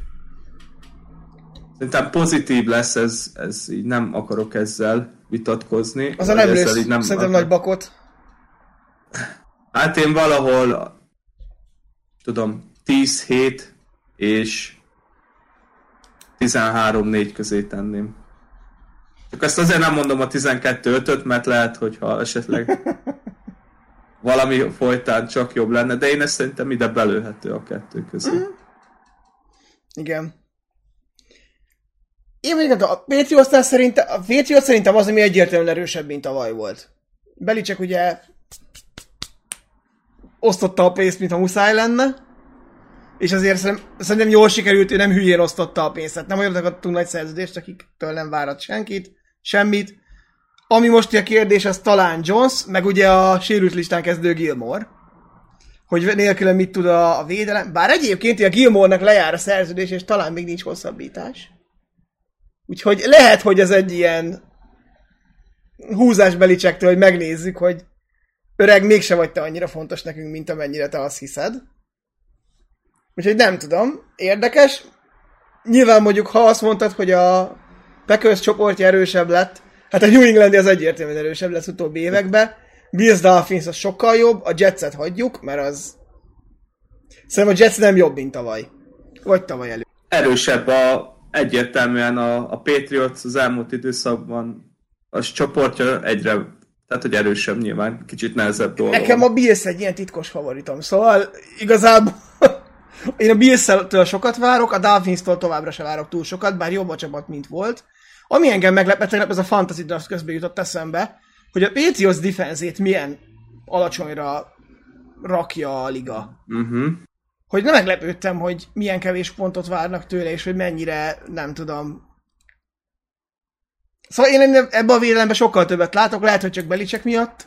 szerintem pozitív lesz, ez, ez így nem akarok ezzel vitatkozni. Az a nem lesz, szerintem akar... nagy bakot. Hát én valahol tudom, tíz hét és tizenhárom négy közé tenném. Csak ezt azért nem mondom a tizenkettő ötöt, mert lehet, hogyha esetleg valami folytán csak jobb lenne, de én ezt szerintem ide belőhető a kettő közé. Mm. Igen. Én mondjuk a Patriots szerintem, a Patriots szerintem az, ami egyértelműen erősebb, mint tavaly volt. Belichick ugye osztotta a pénzt, mintha muszáj lenne, és azért szerintem, szerintem jól sikerült, ő nem hülyén osztotta a pénzt. Tehát nem olyanok adtunk nagy szerződést, akiktől nem várat senkit, semmit. Ami most a kérdés, az talán Jones, meg ugye a sérült listán kezdő Gilmore, hogy nélküle mit tud a, a védelem. Bár egyébként a Gilmore-nak lejár a szerződés, és talán még nincs hosszabbítás. Úgyhogy lehet, hogy ez egy ilyen húzás Belicsektől, hogy megnézzük, hogy öreg, mégse vagy te annyira fontos nekünk, mint amennyire te azt hiszed. Úgyhogy nem tudom. Érdekes. Nyilván mondjuk, ha azt mondtad, hogy a Packers csoportja erősebb lett, hát a New England az egyértelműen erősebb lesz utóbbi években. Bills Dolphins az sokkal jobb, a Jetset hagyjuk, mert az... Szerintem a Jets nem jobb, mint tavaly. Vagy tavaly elő. Erősebb a... Egyértelműen a, a Patriots az elmúlt időszakban az csoportja egyre, tehát hogy erősebb nyilván, kicsit nehezebb dolga. Nekem a Bills egy ilyen titkos favoritom, szóval igazából én a Bills-től sokat várok, a Dolphins-tól továbbra se várok túl sokat, bár jobb a csapat, mint volt. Ami engem meglepett, ez a Fantasy Draft közben jutott eszembe, hogy a Patriots defense-ét milyen alacsonyra rakja a liga. Uh-huh. Hogy nem meglepődtem, hogy milyen kevés pontot várnak tőle, és hogy mennyire, nem tudom. Szóval én ebben a védelemben sokkal többet látok, lehet, hogy csak Belichick miatt.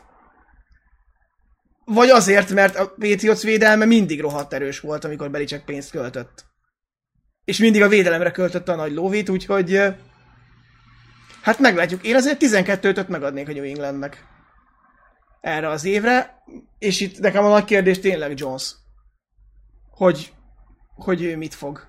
Vagy azért, mert a Patriots védelme mindig rohadt erős volt, amikor Belichick pénzt költött. És mindig a védelemre költötte a nagy lóvét, úgyhogy... Hát meglátjuk. Én azért tizenkettő ötöt megadnék a New Englandnek. Erre az évre. És itt nekem a nagy kérdés tényleg Jones. Hogy, hogy ő mit fog.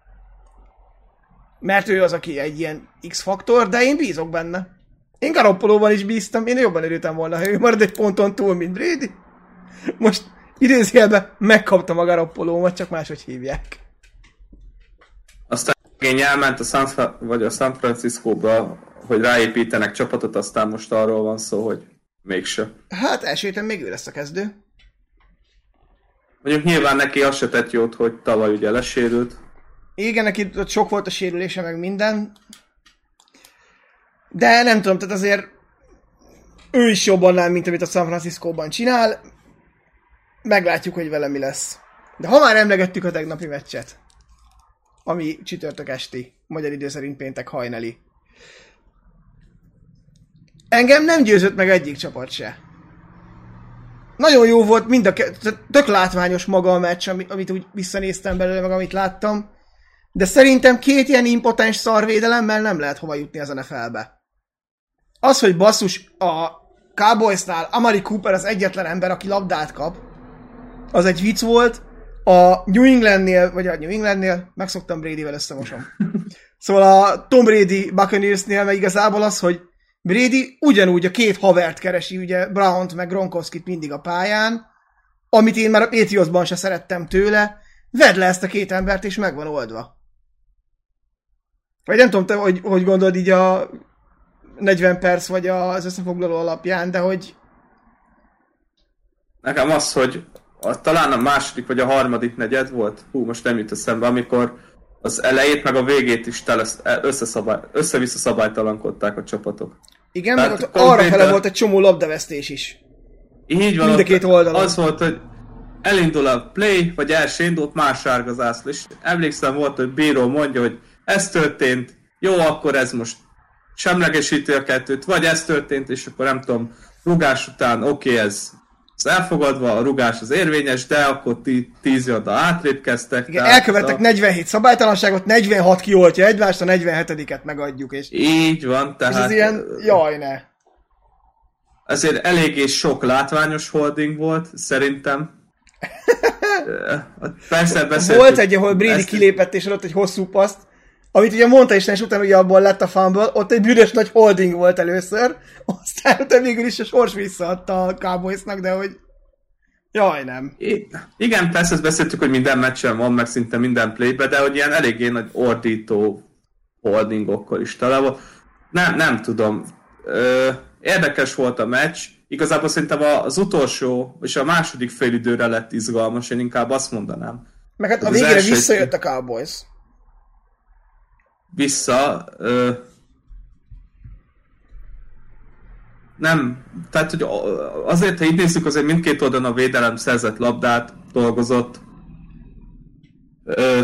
Mert ő az, aki egy ilyen X-faktor, de én bízok benne. Én Garoppolóban is bíztam, én jobban örültem volna, ha ő marad egy ponton túl, mint Brady. Most idézőjelben megkaptam a Garoppolómat, csak máshogy hívják. Aztán én elment a San, Fra- vagy a San Francisco-ba, hogy ráépítenek csapatot, aztán most arról van szó, hogy mégse. Hát első héten még ő lesz a kezdő. Mondjuk nyilván neki az se tett jót, hogy tavaly ugye lesérült. Igen, neki ott sok volt a sérülése, meg minden. De nem tudom, tehát azért ő is jobban áll, mint amit a San Francisco-ban csinál. Meglátjuk, hogy vele mi lesz. De ha már emlegettük a tegnapi meccset, ami csütörtök esti, magyar idő szerint péntek hajnali. Engem nem győzött meg egyik csapat se. Nagyon jó volt, mind a ke- tök látványos maga a meccs, amit úgy visszanéztem belőle, meg amit láttam. De szerintem két ilyen impotens szarvédelemmel nem lehet hova jutni az en ef el-be. Az, hogy basszus, a Cowboysnál Amari Cooper az egyetlen ember, aki labdát kap, az egy vicc volt. A New Englandnél, vagy a New Englandnél, megszoktam Bradyvel összemosom. Szóval a Tom Brady Buccaneersnél meg igazából az, hogy Brady ugyanúgy a két havert keresi, ugye Brownt meg Gronkowskit mindig a pályán, amit én már a Patriotsban se szerettem tőle, vedd le ezt a két embert, és meg van oldva. Vagy nem tudom, te hogy, hogy gondolod így a negyven perc, vagy az összefoglaló alapján, de hogy... Nekem az, hogy a, talán a második vagy a harmadik negyed volt, hú, most nem jut eszembe, amikor az elejét meg a végét is össze-vissza szabálytalankodták a csapatok. Igen, tehát meg ott arra fele volt egy csomó labdavesztés is. Így van, mind a két oldalon. Az volt, hogy elindul a play, vagy első indult, más sárga zászló. És emlékszem volt, hogy bíró mondja, hogy ez történt, jó, akkor ez most semlegesíti a kettőt, vagy ez történt, és akkor nem tudom, rugás után oké, okay, ez, ez elfogadva, a rugás az érvényes, de akkor tíz yarddal átlépkeztek. Igen, elkövettek a... negyvenhét szabálytalanságot, negyvenhat kioltja egymást, a negyvenhetediket megadjuk. És... Így van, tehát... És ez ilyen, jaj ne. Ezért eléggé sok látványos holding volt, szerintem. Persze beszéltük. Volt egy, ahol Brady kilépett és adott egy hosszú paszt, amit ugye mondta is, és utána ugye abból lett a fumble, ott egy büdös nagy holding volt először, aztán utána végül is a sors visszaadta a Cowboysnak, de hogy jaj nem. I- igen, persze ezt beszéltük, hogy minden meccsen van, meg szinte minden playben, de hogy ilyen eléggé nagy ordító holdingokkal is találva. Nem, nem tudom. Ö, érdekes volt a meccs. Igazából szerintem az utolsó, és a második félidőre lett izgalmas, én inkább azt mondanám. Meg hát a végére visszajött a Cowboys. Vissza. Ö, nem, tehát hogy azért, ha így nézzük, azért mindkét oldalon a védelem szerzett labdát, dolgozott. Ö,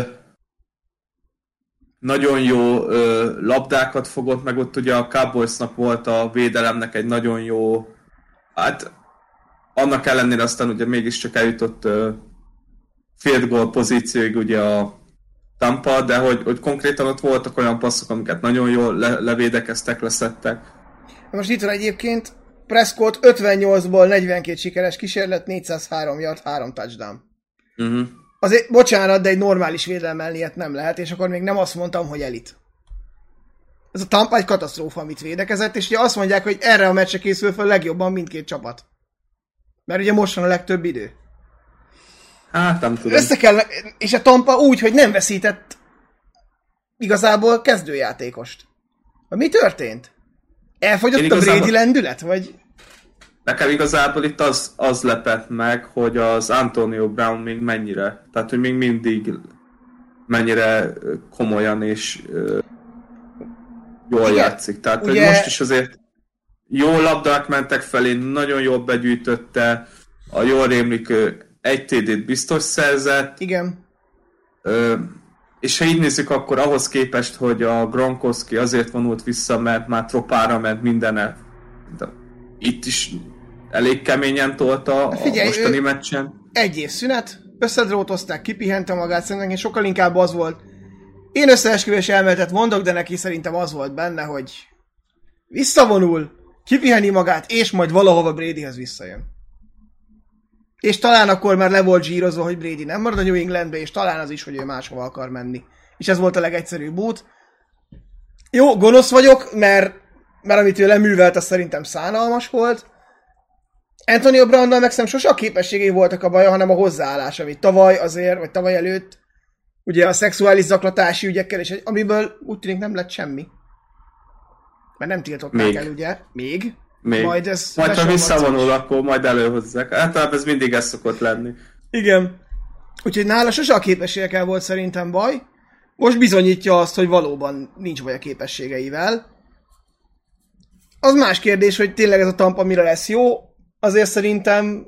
nagyon jó ö, labdákat fogott, meg ott ugye a Cowboysnak volt a védelemnek egy nagyon jó, hát annak ellenére aztán ugye mégiscsak eljutott ö, field goal pozícióig ugye a Tampa, de hogy, hogy konkrétan ott voltak olyan passzok, amiket nagyon jól le, levédekeztek, leszettek. Most itt van egyébként Prescott ötvennyolcból negyvenkét sikeres kísérlet, négyszázhárom yard, három touchdown. Uh-huh. Azért, bocsánat, de egy normális védelemmel ilyet nem lehet, és akkor még nem azt mondtam, hogy elit. Ez a Tampa egy katasztrófa, amit védekezett, és ugye azt mondják, hogy erre a meccsre készül fel legjobban mindkét csapat. Mert ugye most van a legtöbb idő. Hát nem tudom. Össze kell, és a Tampa úgy, hogy nem veszített igazából kezdőjátékost. Mi történt? Elfogyott igazából... a Brady lendület, vagy... Nekem igazából itt az, az lepett meg, hogy az Antonio Brown még mennyire, tehát hogy még mindig mennyire komolyan és uh, jól igen, játszik. Tehát ugye... hogy most is azért jó labdák mentek felé, nagyon jól begyűjtötte, a jól rémlik egy té dét biztos szerzett. Igen. Uh, és ha így nézzük, akkor ahhoz képest, hogy a Gronkowski azért vonult vissza, mert már tropára ment mindene. De itt is elég keményen tolta a figyelj, mostani meccsen. Egy év szünet, összedrótozták, kipihente magát, szerintem sokkal inkább az volt. Én összeesküvés elméletet mondok, de neki szerintem az volt benne, hogy visszavonul, kipiheni magát, és majd valahova Bradyhez visszajön. És talán akkor már le volt zsírozva, hogy Brady nem marad a New Englandbe, és talán az is, hogy ő máshova akar menni. És ez volt a legegyszerűbb út. Jó, gonosz vagyok, mert, mert amit ő leművelt, az szerintem szánalmas volt. Antonio Brownnal meg szerintem sose a képességei voltak a baja, hanem a hozzáállás, amit tavaly azért, vagy tavaly előtt, ugye a szexuális zaklatási ügyekkel, és amiből úgy tűnik nem lett semmi. Mert nem tiltották még el, ugye? Még. Még. Majd, ez majd ha visszavonul, akkor majd előhozzák. Általában ez mindig ez szokott lenni. Igen. Úgyhogy nála sose a képességekkel volt szerintem baj. Most bizonyítja azt, hogy valóban nincs baj a képességeivel. Az más kérdés, hogy tényleg ez a Tampa mire lesz jó. Azért szerintem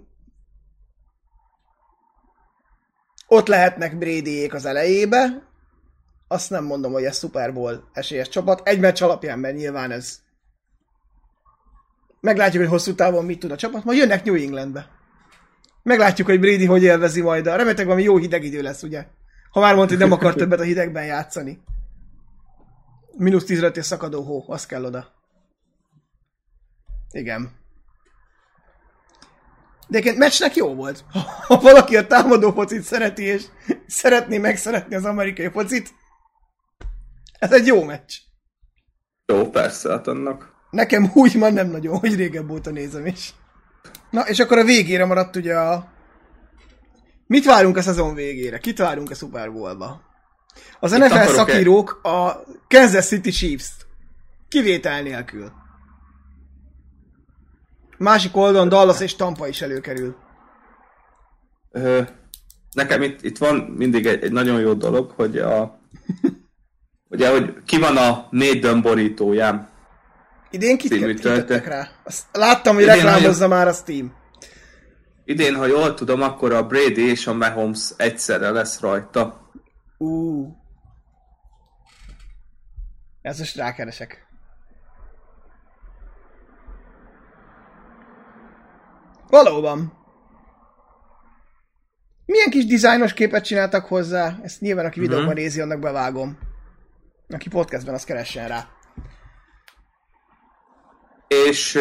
ott lehetnek Bradyék az elejébe. Azt nem mondom, hogy ez Super Bowl esélyes csapat. Egy meccs alapján, mert nyilván ez meglátjuk, hogy hosszú távon mit tud a csapat, majd jönnek New Englandbe. Meglátjuk, hogy Brady hogy élvezi majd. A remélhetőleg valami jó hideg idő lesz, ugye? Ha már mondta, hogy nem akar többet a hidegben játszani. mínusz tizenöt és szakadó hó, az kell oda. Igen. De egyébként meccsnek jó volt. Ha valaki a támadó focit szereti, és szeretné megszeretni az amerikai focit, ez egy jó meccs. Jó, persze, hát annak. Nekem úgy már nem nagyon, hogy régebb óta nézem is. Na, és akkor a végére maradt ugye a... Mit várunk a szezon végére? Kit várunk a Super Bowl-ba? Az en ef el szakírók a Kansas City Chiefs-t. Kivétel nélkül. Másik oldalon Dallas és Tampa is előkerül. Ö, nekem itt, itt van mindig egy, egy nagyon jó dolog, hogy a... ugye, hogy ki van a négy dömborítójám. Idén kit kitettek rá? Azt láttam, hogy idén reklámozza nagyon... már a Steam. idén, ha jól tudom, akkor a Brady és a Mahomes egyszerre lesz rajta. Uh. Ez most rákeresek. Valóban. Milyen kis dizájnos képet csináltak hozzá? Ezt nyilván, aki videóban uh-huh. nézi, annak bevágom. Aki podcastben, az keressen rá. És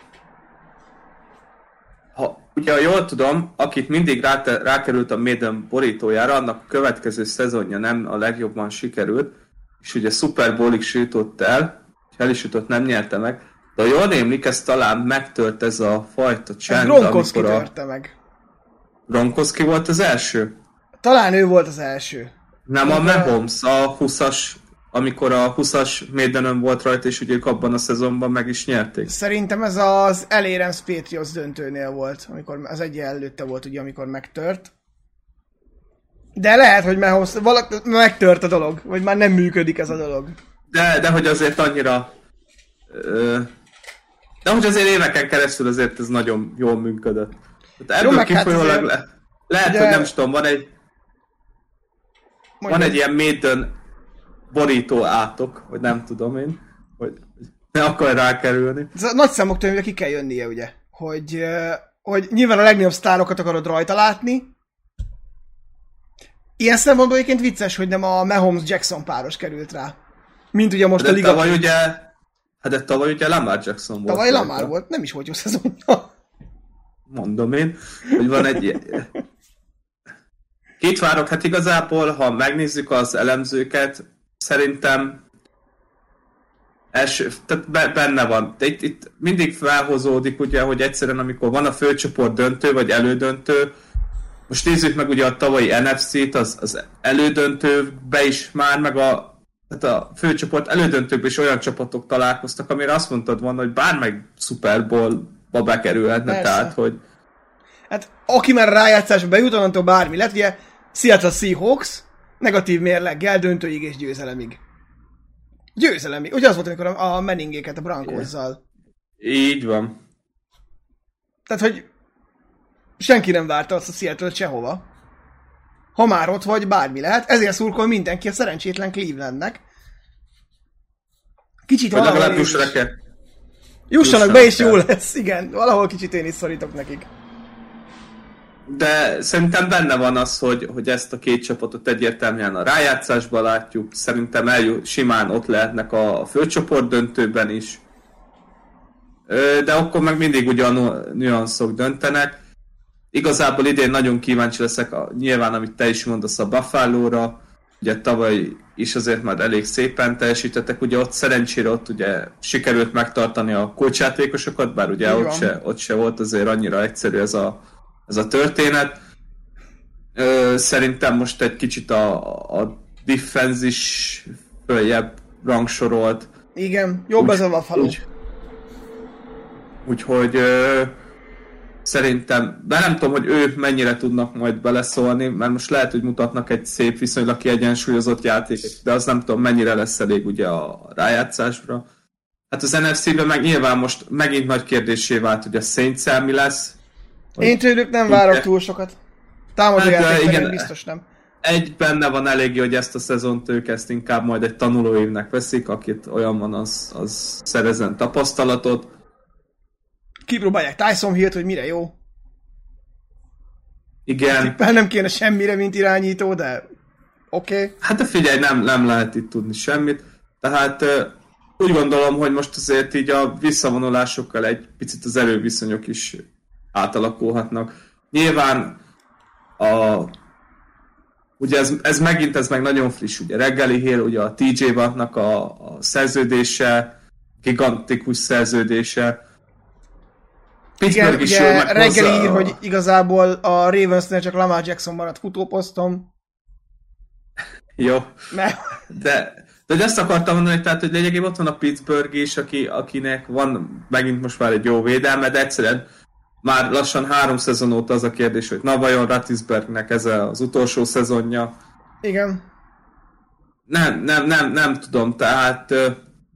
ha ugye, ha jól tudom, akit mindig ráte, rákerült a Maiden borítójára, annak a következő szezonja nem a legjobban sikerült, és ugye Super Bowlig jutott el, és el is jutott, nem nyerte meg, de ha jól rémlik, ez talán megtört ez a fajta csend, Gronkowski amikor a... törte meg. Gronkowski volt az első? Talán ő volt az első. Nem, a Mahomes, a huszas, amikor a huszas Maidenön volt rajta, és ugye ők abban a szezonban meg is nyerték. Szerintem ez az L A Rams Patriots döntőnél volt, amikor az egy előtte volt, ugye, amikor megtört. De lehet, hogy Mahomes, valak, megtört a dolog, vagy már nem működik ez a dolog. De, de hogy azért annyira... Ö, de hogy azért éveken keresztül azért ez nagyon jól működött. Tehát ebből kifolyólag hát le, lehet, ugye, hogy nem is tudom, van egy mondjam. Van egy ilyen Maiden borító átok, vagy nem tudom én, hogy ne akar rákerülni. Ez a nagy számoktól ugye ki kell jönnie, ugye, hogy, hogy nyilván a legnagyobb sztárokat akarod rajta látni. Ilyen szempontból egyébként vicces, hogy nem a Mahomes-Jackson páros került rá. Mint ugye most de a Liga... Tavaly ugye, hát de tavaly ugye Lamar Jackson volt. Tavaly Lamar rajta. Volt, nem is volt jó szezonja. Mondom én, hogy van egy ilyen... Két várok, hát igazából, ha megnézzük az elemzőket, szerintem első, tehát benne van. De itt, itt mindig felhozódik, ugye, hogy egyszerűen amikor van a főcsoport döntő, vagy elődöntő, most nézzük meg ugye a tavalyi en ef cét, az, az elődöntőbe is már, meg a, tehát a főcsoport elődöntőkben is olyan csapatok találkoztak, amire azt mondtad volna, hogy bármely Super Bowl-ba bekerülhetne, persze. Tehát, hogy... Hát aki már rájátszásba bejut, onnantól bármi lett, ugye Seattle Seahawks, negatív mérleggel, döntőig és győzelemig. Győzelemig. Ugye az volt, amikor a, a Manningéket a Broncosszal. Így van. Tehát, hogy senki nem várta azt a Seattle-t sehova. Ha már ott vagy, bármi lehet. Ezért szurkol mindenki a szerencsétlen Clevelandnek. Kicsit vagy valahol is... Jussanak, Jussanak be, és jó lesz. Igen, valahol kicsit én is szorítok nekik. De szerintem benne van az, hogy, hogy ezt a két csapatot egyértelműen a rájátszásban látjuk. Szerintem eljut, simán ott lehetnek a főcsoport döntőben is. De akkor meg mindig ugye a nüanszok döntenek. Igazából idén nagyon kíváncsi leszek, a, nyilván amit te is mondasz a Buffalo-ra. Ugye tavaly is azért már elég szépen teljesítettek. Ugye ott szerencsére ott ugye sikerült megtartani a kulcsjátékosokat, bár ugye ott se, ott se volt azért annyira egyszerű ez a ez a történet. Ö, szerintem most egy kicsit a, a defense is följebb rangsorolt. Igen, jobb úgy, ez a Buffalo. Úgy, úgyhogy ö, szerintem, de nem tudom, hogy ők mennyire tudnak majd beleszólni, mert most lehet, hogy mutatnak egy szép, viszonylag kiegyensúlyozott játékot, de az nem tudom, mennyire lesz elég ugye a rájátszásra. Hát az en ef cében meg nyilván most megint nagy kérdéssé vált, hogy a Saints-el mi lesz. Én tőlük nem várok túl sokat. Támadó játékban biztos nem. Egy benne van eléggé, hogy ezt a szezont ők ezt inkább majd egy tanulóévnek veszik, akit olyan van, az, az szerezen tapasztalatot. Kipróbálják Tyson Hill-t, hogy mire jó. Igen. Tippel nem kéne semmire, mint irányító, de oké. Okay. Hát de figyelj, nem, nem lehet itt tudni semmit. Tehát úgy gondolom, hogy most azért így a visszavonulásokkal egy picit az erőviszonyok is átalakulhatnak. Nyilván a, ugye ez, ez megint ez meg nagyon friss, ugye reggeli hír, ugye a té jé Wattnak a, a szerződése, gigantikus szerződése. Igen, ugye reggeli hír, a... hogy igazából a Ravensnél csak Lamar Jackson maradt futóposzton. Jó. Mert... De, de hogy ezt akartam mondani, hogy, tehát, hogy lényegében ott van a Pittsburgh is, aki, akinek van megint most már egy jó védelme, de egyszerűen már lassan három szezon óta az a kérdés, hogy na vajon Rattisbergnek ez az utolsó szezonja? Igen. Nem, nem, nem, nem tudom, tehát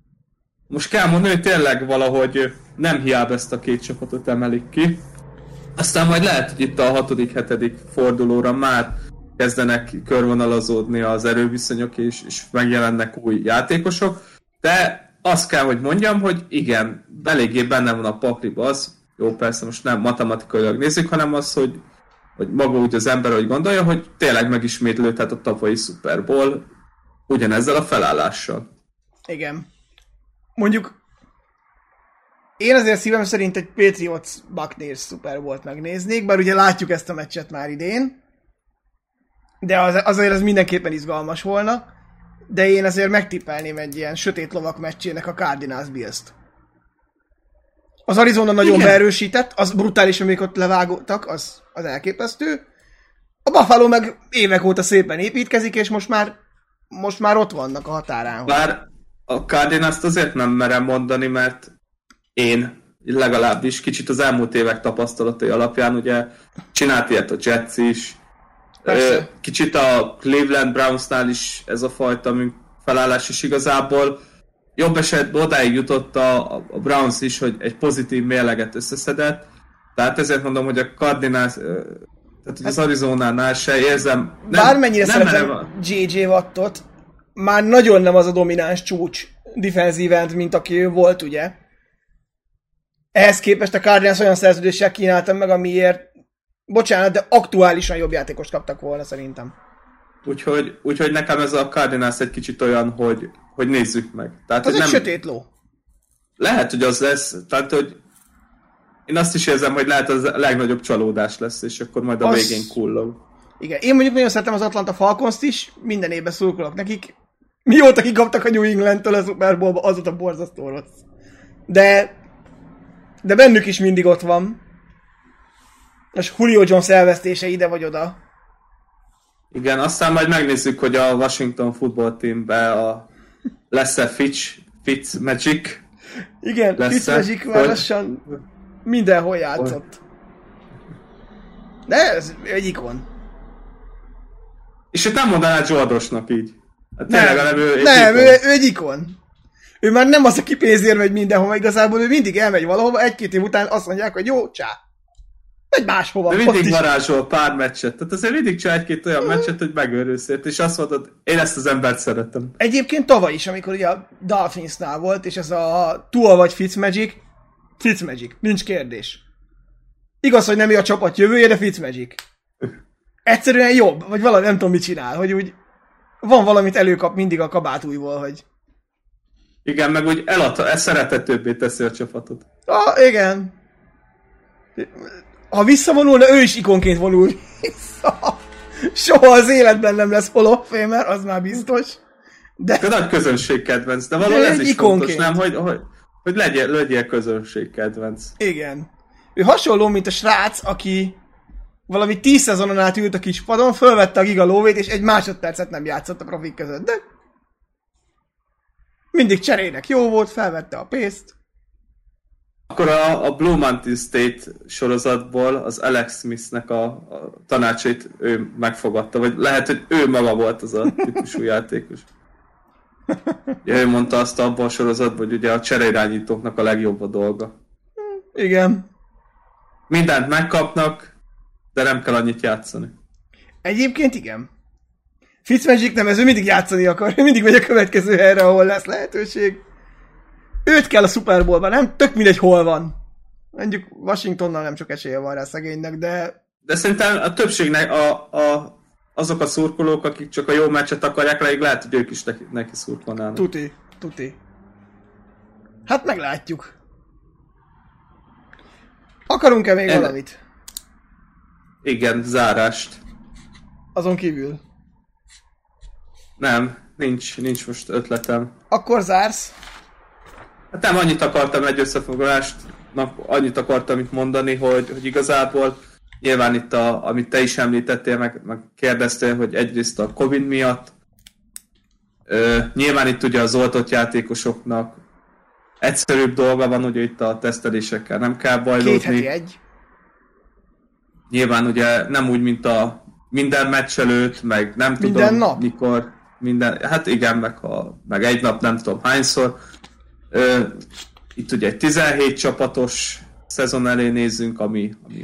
most kell mondani, hogy tényleg valahogy nem hiába ezt a két csapatot emelik ki. Aztán majd lehet, hogy itt a hatodik, hetedik fordulóra már kezdenek körvonalazódni az erőviszonyok, és, és megjelennek új játékosok, de azt kell, hogy mondjam, hogy igen, eléggé benne van a pakliba az, jó persze most nem matematikailag nézzük, hanem az, hogy, hogy maga úgy az ember, hogy gondolja, hogy tényleg megismétlődhet a tavalyi Super Bowl ugyanezzel a felállással. Igen. Mondjuk én azért szívem szerint egy Patriots Buccaneers Super Bowl-t megnéznék, bár ugye látjuk ezt a meccset már idén, de az, azért ez mindenképpen izgalmas volna, de én azért megtippelném egy ilyen sötét lovak meccsének a Cardinals Bills-t. Az Arizona nagyon igen. beerősített, az brutális, amikor ott levágottak, az, az elképesztő. A Buffalo meg évek óta szépen építkezik, és most már, most már ott vannak a határán. Bár a Cardinals-t azért nem merem mondani, mert én legalábbis kicsit az elmúlt évek tapasztalatai alapján ugye csinált ilyet a Jets is. Persze. Kicsit a Cleveland Brownsnál is ez a fajta felállás is igazából jobb esetben odáig jutott a, a Browns is, hogy egy pozitív mérleget összeszedett. Tehát ezért mondom, hogy a Cardinals, tehát az Arizonánál se érzem... Nem, bármennyire nem szeretem a jé jé Wattot, már nagyon nem az a domináns csúcs defensive end, mint aki ő volt, ugye? Ehhez képest a Cardinals olyan szerződéssel kínáltam meg, amiért, bocsánat, de aktuálisan jobb játékost kaptak volna szerintem. Úgyhogy, úgyhogy nekem ez a Cardinals egy kicsit olyan, hogy, hogy nézzük meg. Tehát, az egy nem... sötét ló. Lehet, hogy az lesz, tehát, hogy én azt is érzem, hogy lehet az a legnagyobb csalódás lesz, és akkor majd a az... végén kullog. Igen, én mondjuk nagyon szeretem az Atlanta Falcons-t is, minden évben szurkolok nekik. Mióta kikaptak a New England-től a Super Bowl-ba, azóta borzasztó rossz. De, de bennük is mindig ott van. És Julio Jones elvesztése ide vagy oda. Igen, aztán majd megnézzük, hogy a Washington Football Teamben a lesz-e Fitch, Fitz Magic. Igen, Fitz Magic már lassan mindenhol játszott. De ez egy ikon. És itt nem mondaná Jordosnak így. Hát nem, nem, ő, nem ő, ő egy ikon. Ő már nem az, aki pénzért megy mindenhova, igazából ő mindig elmegy valahova, egy-két év után azt mondják, hogy jó, csá. Vagy máshova. De mindig varázsol pár meccset. Tehát azért mindig csinál egy-két olyan meccset, hogy megőrülsz ért, és azt mondod, én ezt az embert szeretem. Egyébként tavaly is, amikor ugye a Dolphinsnál volt, és ez a Tua vagy Fitzmagic, Fitzmagic, nincs kérdés. Igaz, hogy nem ő a csapat jövője, de Fitzmagic. Egyszerűen jobb, vagy valami, nem tudom mit csinál, hogy úgy van valamit előkap mindig a kabátújból, hogy... Igen, meg úgy eladta, ez szeretetőbbé teszi a csapatot. Ah, igen. Ha visszavonulna, ő is ikonként vonul vissza. Soha az életben nem lesz Hall of Famer, az már biztos. De, de nagy közönségkedvenc, de valahol ez is ikonként. Fontos, nem? Hogy, hogy, hogy legyél, legyél közönségkedvenc. Igen. Ő hasonló, mint a srác, aki valami tíz szezonon át ült a kispadon, fölvette a giga lóvét, és egy másodpercet nem játszott a profik között, de mindig cserének jó volt, felvette a pénzt. Akkor a, a Blue Mountain State sorozatból az Alex Smithnek a, a tanácsait ő megfogadta, vagy lehet, hogy ő maga volt az a típusú játékos. Ja, ő mondta azt abban a sorozatban, hogy ugye a csereirányítóknak a legjobb a dolga. Igen. Mindent megkapnak, de nem kell annyit játszani. Egyébként igen. Fitzmagic nem, ez ő mindig játszani akar, ő mindig megy a következő helyre, ahol lesz lehetőség. Őt kell a Super Bowl-ban, nem? Tök mindegy, hol van. Mondjuk Washingtonnal nem sok esélye van rá szegénynek, de... De szerintem a többségnek a, a, azok a szurkolók, akik csak a jó meccset akarják, lehet, lehet hogy ők is neki, neki szurkolnának. Tuti, tuti. Hát meglátjuk. Akarunk-e még en... valamit? Igen, zárást. Azon kívül? Nem, nincs, nincs most ötletem. Akkor zársz? Hát nem, annyit akartam egy összefoglalást, annyit akartam itt mondani, hogy, hogy igazából nyilván itt, a, amit te is említettél, meg, meg kérdeztél, hogy egyrészt a Covid miatt, ö, nyilván itt ugye az oltott játékosoknak egyszerűbb dolga van, ugye itt a tesztelésekkel nem kell bajlódni. Két heti egy. Nyilván ugye nem úgy, mint a minden meccs előtt, meg nem minden tudom nap. mikor, minden, hát igen, meg, ha, meg egy nap nem tudom hányszor. Ö, itt ugye egy tizenhét csapatos szezon elé nézzünk, ami, ami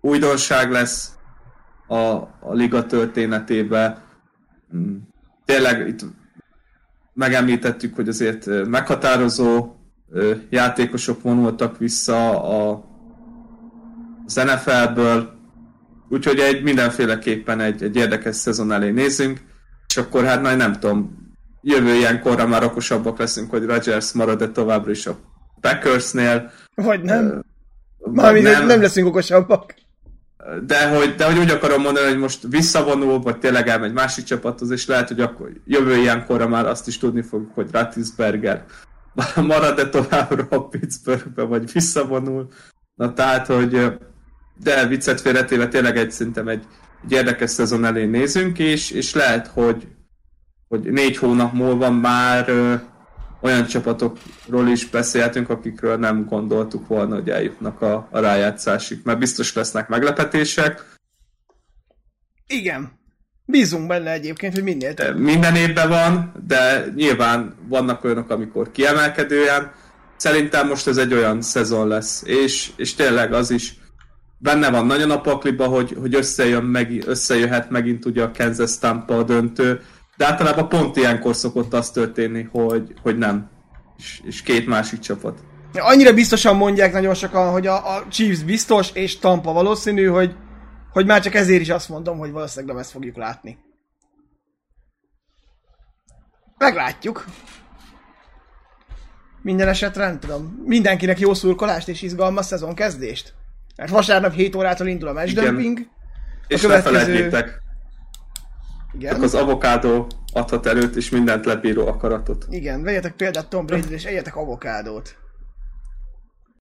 újdonság lesz a, a liga történetében. Tényleg itt megemlítettük, hogy azért meghatározó játékosok vonultak vissza a, az en ef el-ből, úgyhogy egy, mindenféleképpen egy, egy érdekes szezon elé nézünk, és akkor hát majd nem tudom, jövő ilyenkorra már okosabbak leszünk, hogy Rodgers marad-e továbbra is a Packersnél. Vagy nem. Uh, Mármint nem. nem leszünk okosabbak. De hogy, de hogy úgy akarom mondani, hogy most visszavonul, vagy tényleg elmegy másik csapathoz, és lehet, hogy akkor jövő ilyenkorra már azt is tudni fogjuk, hogy Roethlisberger marad-e továbbra a Pittsburghbe, vagy visszavonul. Na tehát, hogy de viccet félretéve tényleg egy szintem egy, egy érdekes szezon elé nézünk, és, és lehet, hogy, hogy négy hónap múlva már ö, olyan csapatokról is beszélhetünk, akikről nem gondoltuk volna, hogy eljutnak a, a rájátszásig, mert biztos lesznek meglepetések. Igen. Bízunk benne egyébként, hogy minél több. Minden évben van, de nyilván vannak olyanok, amikor kiemelkedően. Szerintem most ez egy olyan szezon lesz, és, és tényleg az is benne van nagyon a pakliba, hogy, hogy összejön meg, összejöhet megint ugye a Kansas Tampa a döntő, de általában pont ilyenkor szokott az történni, hogy, hogy nem, és, és két másik csapat. Annyira biztosan mondják nagyon sokan, hogy a, a Chiefs biztos, és Tampa valószínű, hogy, hogy már csak ezért is azt mondom, hogy valószínűleg nem ezt fogjuk látni. Meglátjuk. Minden esetre nem tudom. Mindenkinek jó szurkolást és izgalmas szezonkezdést. Mert vasárnap hét órától indul a matchdumping. És következő... ne felejtjétek, csak az avokádó adhat erőt és mindent lebíró akaratot. Igen, vegyetek példát Tom Brady-re és egyetek avokádót.